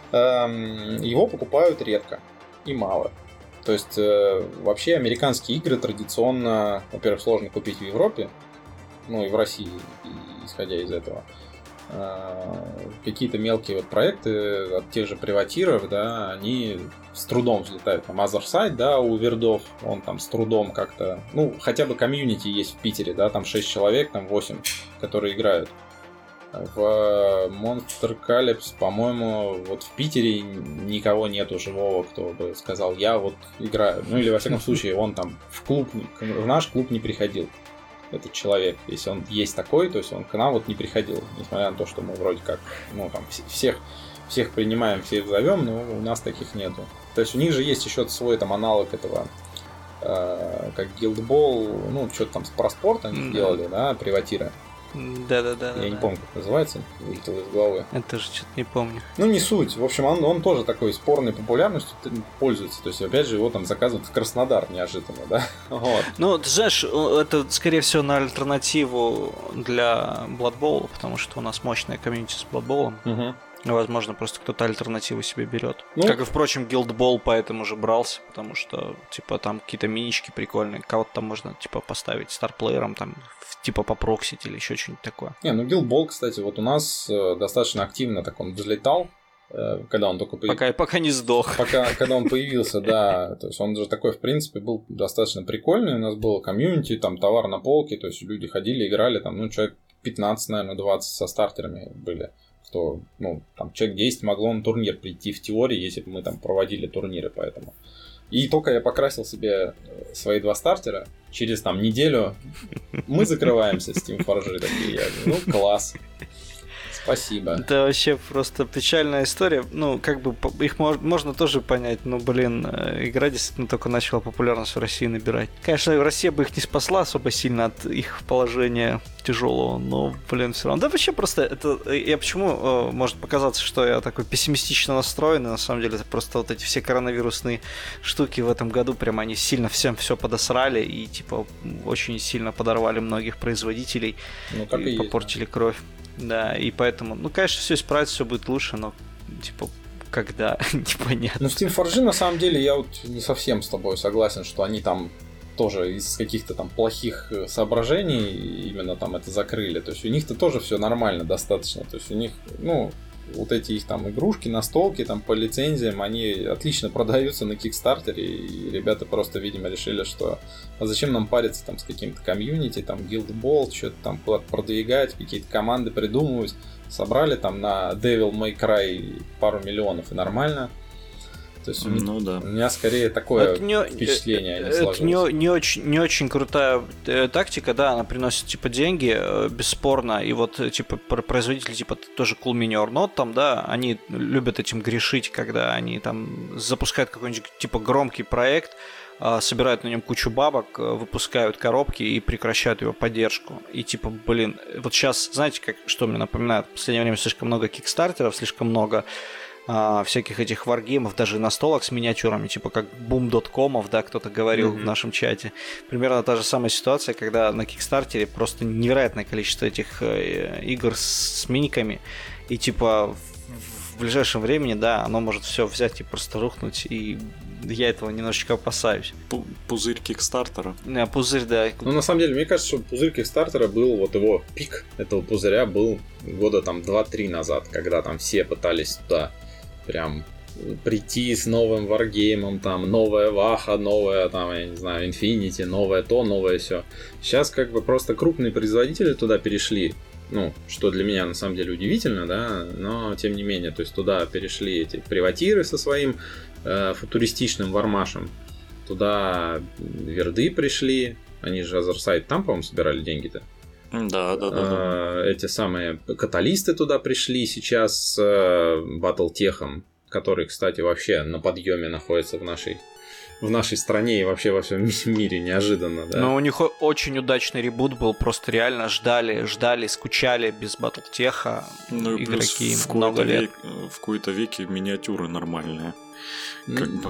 C: Его покупают редко и мало. То есть, вообще, американские игры традиционно, во-первых, сложно купить в Европе, ну и в России, исходя из этого. Какие-то мелкие вот проекты от тех же приватиров, да, они с трудом взлетают. Там Otherside, да, у Вердов, он там с трудом как-то, ну, хотя бы комьюнити есть в Питере, да, там 6 человек, там 8, которые играют. В Monster Calypso, по-моему, вот в Питере никого нету живого, кто бы сказал, я вот играю. Ну, или, во всяком случае, он там в наш клуб не приходил. Этот человек, если он есть такой, то есть он к нам вот не приходил, несмотря на то, что мы вроде как, ну, там, всех принимаем, всех зовем, но у нас таких нету. То есть у них же есть еще свой там аналог этого, как Guild Ball, ну, что-то там про спорт они сделали, да, приватира.
B: Да.
C: Я не помню, как называется, вылетело из головы.
B: Это же что-то не помню.
C: Ну, не суть. В общем, он тоже такой спорной популярностью пользуется. То есть, опять же, его там заказывают в Краснодар неожиданно, да? Вот.
B: Ну, ты знаешь, это, скорее всего, на альтернативу для Blood Bowl, потому что у нас мощная комьюнити с Blood Bowl.
C: Угу.
B: Возможно, просто кто-то альтернативу себе берет. Как и, впрочем, Guild Ball поэтому же брался, потому что, типа, там какие-то минички прикольные, кого-то там можно, типа, поставить старплеером, там, типа, попроксить или еще что-нибудь такое.
C: Guild Ball, кстати, вот у нас достаточно активно так он взлетал, когда он только появился.
B: Пока не сдох.
C: Когда он появился, да. То есть он же такой, в принципе, был достаточно прикольный. У нас было комьюнити, там товар на полке, то есть люди ходили, играли, там, человек 15, наверное, 20 со стартерами были. Кто, там человек 10 могло на турнир прийти в теории, если бы мы там проводили турниры, поэтому. И только я покрасил себе свои 2 стартера, через там неделю мы закрываемся с Team Forge, такие, класс. Спасибо.
B: Это вообще просто печальная история. Как бы их можно тоже понять, но, игра действительно только начала популярность в России набирать. Конечно, Россия бы их не спасла особо сильно от их положения тяжелого, но, все равно. Да вообще просто это... Я почему может показаться, что я такой пессимистично настроенный, на самом деле это просто вот эти все коронавирусные штуки в этом году, прям они сильно всем все подосрали и, типа, очень сильно подорвали многих производителей и попортили кровь. Да, и поэтому, конечно, все исправится, все будет лучше, но, типа, когда, непонятно.
C: В Team Forge, на самом деле, я вот не совсем с тобой согласен, что они там тоже из каких-то там плохих соображений именно там это закрыли. То есть у них-то тоже все нормально достаточно. То есть у них, вот эти их там игрушки, настолки там по лицензиям, они отлично продаются на Кикстартере, и ребята просто, видимо, решили, что а зачем нам париться там с каким-то комьюнити, там Guild Ball, что-то там куда-то продвигать, какие-то команды придумывать, собрали там на Devil May Cry пару миллионов и нормально. То есть у меня скорее такое впечатление
B: сложилось. Это не очень крутая тактика, да, она приносит типа деньги, бесспорно, и вот типа производители типа тоже Cool Mini or Not там, да, они любят этим грешить, когда они там запускают какой-нибудь типа громкий проект, собирают на нем кучу бабок, выпускают коробки и прекращают его поддержку. И типа, вот сейчас, знаете, что мне напоминает? В последнее время слишком много кикстартеров, слишком много всяких этих варгеймов, даже настолок с миниатюрами, типа как boom.com'ов, да, кто-то говорил в нашем чате. Примерно та же самая ситуация, когда на Кикстартере просто невероятное количество этих игр с миниками, и типа в ближайшем времени, да, оно может все взять и просто рухнуть, и я этого немножечко опасаюсь.
A: Пузырь Кикстартера.
B: Пузырь, да.
C: На самом деле, мне кажется, что пузырь Кикстартера был, вот его пик этого пузыря был года там 2-3 назад, когда там все пытались туда прям прийти с новым варгеймом, там новая Ваха, новая там, я не знаю, Infinity, новое то, новое все. Сейчас как бы просто крупные производители туда перешли, что для меня на самом деле удивительно, да, но тем не менее, то есть туда перешли эти приватиры со своим футуристичным вармашем, туда верды пришли, они же Азерсайд там, по-моему, собирали деньги-то.
A: Да.
C: Эти самые каталисты туда пришли сейчас с Battletech'ом, который, кстати, вообще на подъеме находится в нашей стране и вообще во всем мире неожиданно, да.
B: Но у них очень удачный ребут был, просто реально ждали, скучали без Battletech'а игроки много лет.
A: В какой-то веке миниатюры нормальные. Как бы.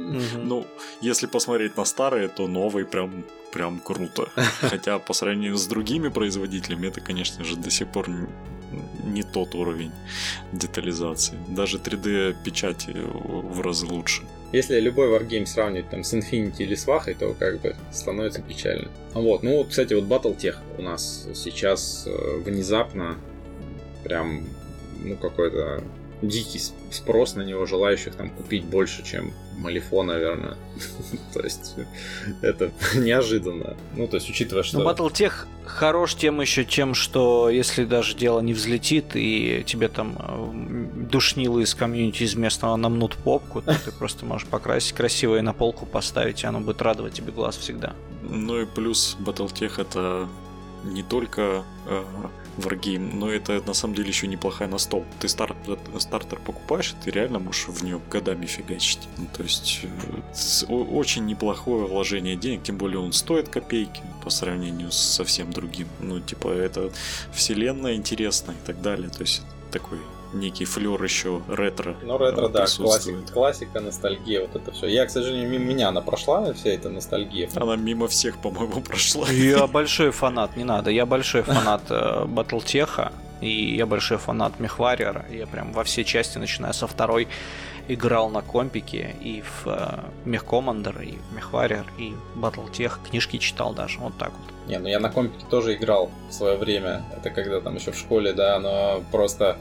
A: Если посмотреть на старые, то новые прям круто. Хотя по сравнению с другими производителями, это, конечно же, до сих пор не тот уровень детализации. Даже 3D-печати в разы лучше.
C: Если любой варгейм сравнивать там с Infinity или с Вахой, то как бы становится печально. Кстати, Battletech у нас сейчас внезапно прям, какой-то дикий спрос на него, желающих там купить больше, чем Малифо, наверное. То есть это неожиданно. То есть учитывая, что...
B: Battletech хорош тем еще тем, что если даже дело не взлетит и тебе там душнилы из комьюнити из местного намнут попку, то ты просто можешь покрасить красиво и на полку поставить, и оно будет радовать тебе глаз всегда.
A: И плюс Battletech это не только варгейм, но это на самом деле еще неплохая настолка. Ты стартер покупаешь, и ты реально можешь в нее годами фигачить. То есть очень неплохое вложение денег, тем более он стоит копейки по сравнению со всем другим. Это вселенная интересная и так далее. То есть такой некий флёр еще ретро.
C: Ретро, да, классика, ностальгия, вот это все. Я, к сожалению, мимо меня она прошла, вся эта ностальгия.
A: Она мимо всех, по-моему, прошла.
B: Я большой фанат, не надо. Я большой фанат Battletech'а. И я большой фанат MechWarrior. Я прям во все части, начиная со 2, играл на компике. И в Mech Commander, и в MechWarrior, и Battletech. Книжки читал даже. Вот так вот.
C: Не, ну я на компике тоже играл в свое время. Это когда там еще в школе, да, но просто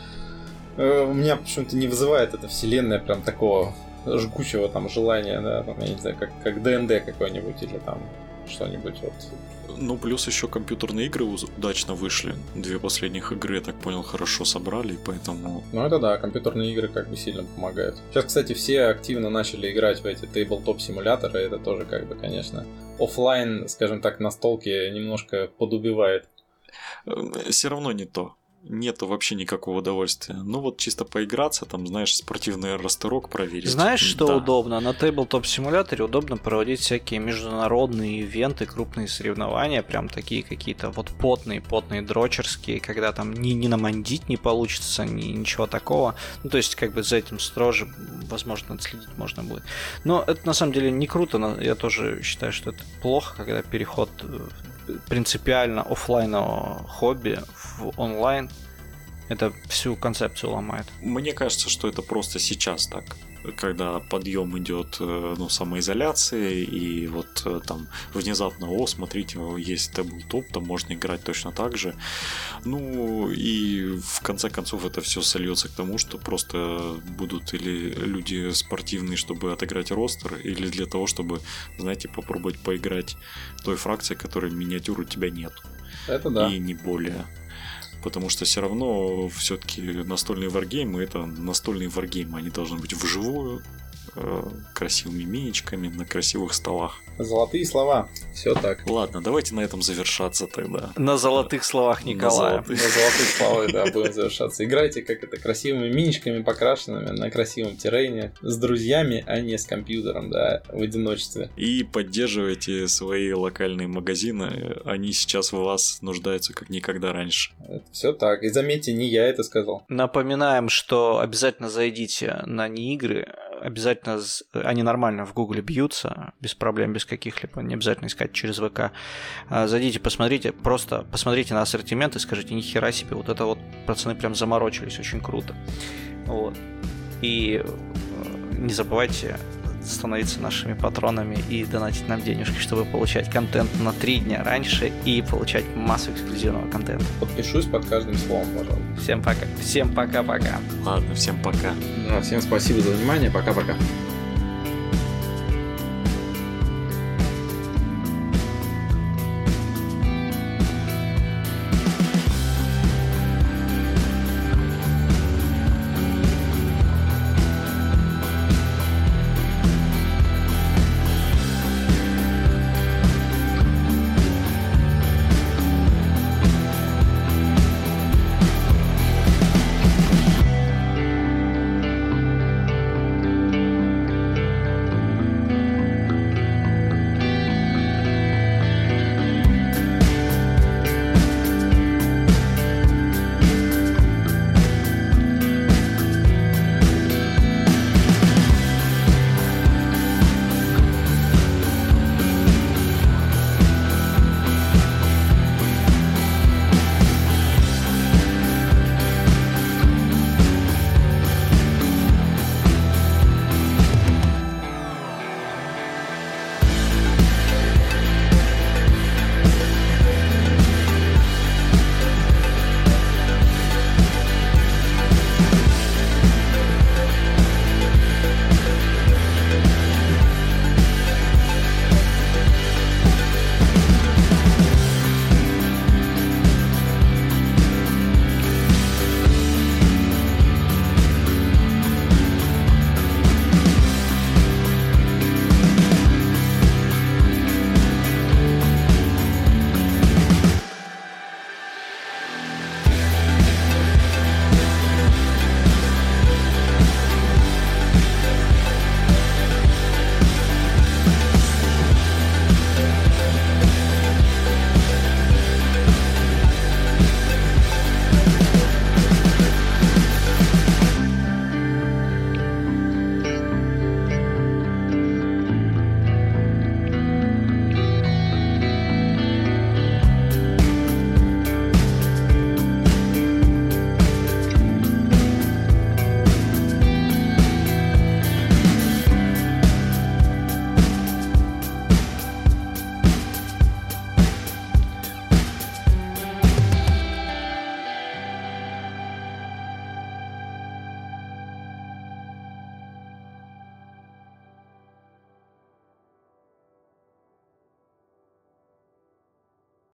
C: у меня почему-то не вызывает эта вселенная прям такого жгучего там желания, да, там, я не знаю, как ДНД какой-нибудь или там что-нибудь вот.
A: Ну, плюс еще компьютерные игры удачно вышли. 2 последних игры, я так понял, хорошо собрали, поэтому...
C: Ну, это да, компьютерные игры как бы сильно помогают. Сейчас, кстати, все активно начали играть в эти тейблтоп-симуляторы, это тоже как бы, конечно, офлайн, скажем так, настолки немножко подубивает.
A: Все равно не то. Нету вообще никакого удовольствия. Ну вот чисто поиграться, там, знаешь, спортивный расторок проверить.
B: Знаешь, что удобно? На тейблтоп-симуляторе удобно проводить всякие международные ивенты, крупные соревнования, прям такие какие-то вот потные дрочерские, когда там ни намандить не получится, ничего такого. Ну, то есть, как бы за этим строже, возможно, отследить можно будет. Но это на самом деле не круто, я тоже считаю, что это плохо, когда переход принципиально офлайнового хобби в онлайн, это всю концепцию ломает.
A: Мне кажется, что это просто сейчас так, когда подъем идет, ну, самоизоляции, и вот там внезапно, смотрите, есть таблтоп, там можно играть точно так же. Ну, и в конце концов это все сольется к тому, что просто будут или люди спортивные, чтобы отыграть ростер, или для того, чтобы, знаете, попробовать поиграть той фракцией, которой миниатюр у тебя нет.
C: Это да.
A: И не более. Потому что все равно все-таки настольные варгеймы — это настольные варгеймы. Они должны быть вживую, красивыми миничками на красивых столах.
C: Золотые слова. Все так.
A: Ладно, давайте на этом завершаться тогда.
B: На золотых словах Николая.
C: На золотых словах, да, будем завершаться. Играйте как это красивыми миничками покрашенными на красивом террейне с друзьями, а не с компьютером, да, в одиночестве.
A: И поддерживайте свои локальные магазины. Они сейчас в вас нуждаются как никогда раньше.
C: Все так. И заметьте, не я это сказал.
B: Напоминаем, что обязательно зайдите на неигры. Обязательно они нормально в Гугле бьются, без проблем, без каких-либо, не обязательно искать через ВК. Зайдите, посмотрите, просто посмотрите на ассортимент и скажите: нихера себе, вот это вот пацаны прям заморочились, очень круто. Вот. И не забывайте становиться нашими патронами и донатить нам денежки, чтобы получать контент на 3 дня раньше и получать массу эксклюзивного контента.
C: Подпишусь под каждым словом, пожалуйста.
B: Всем пока. Всем пока-пока.
A: Ладно, всем пока.
C: Да, всем спасибо за внимание. Пока-пока.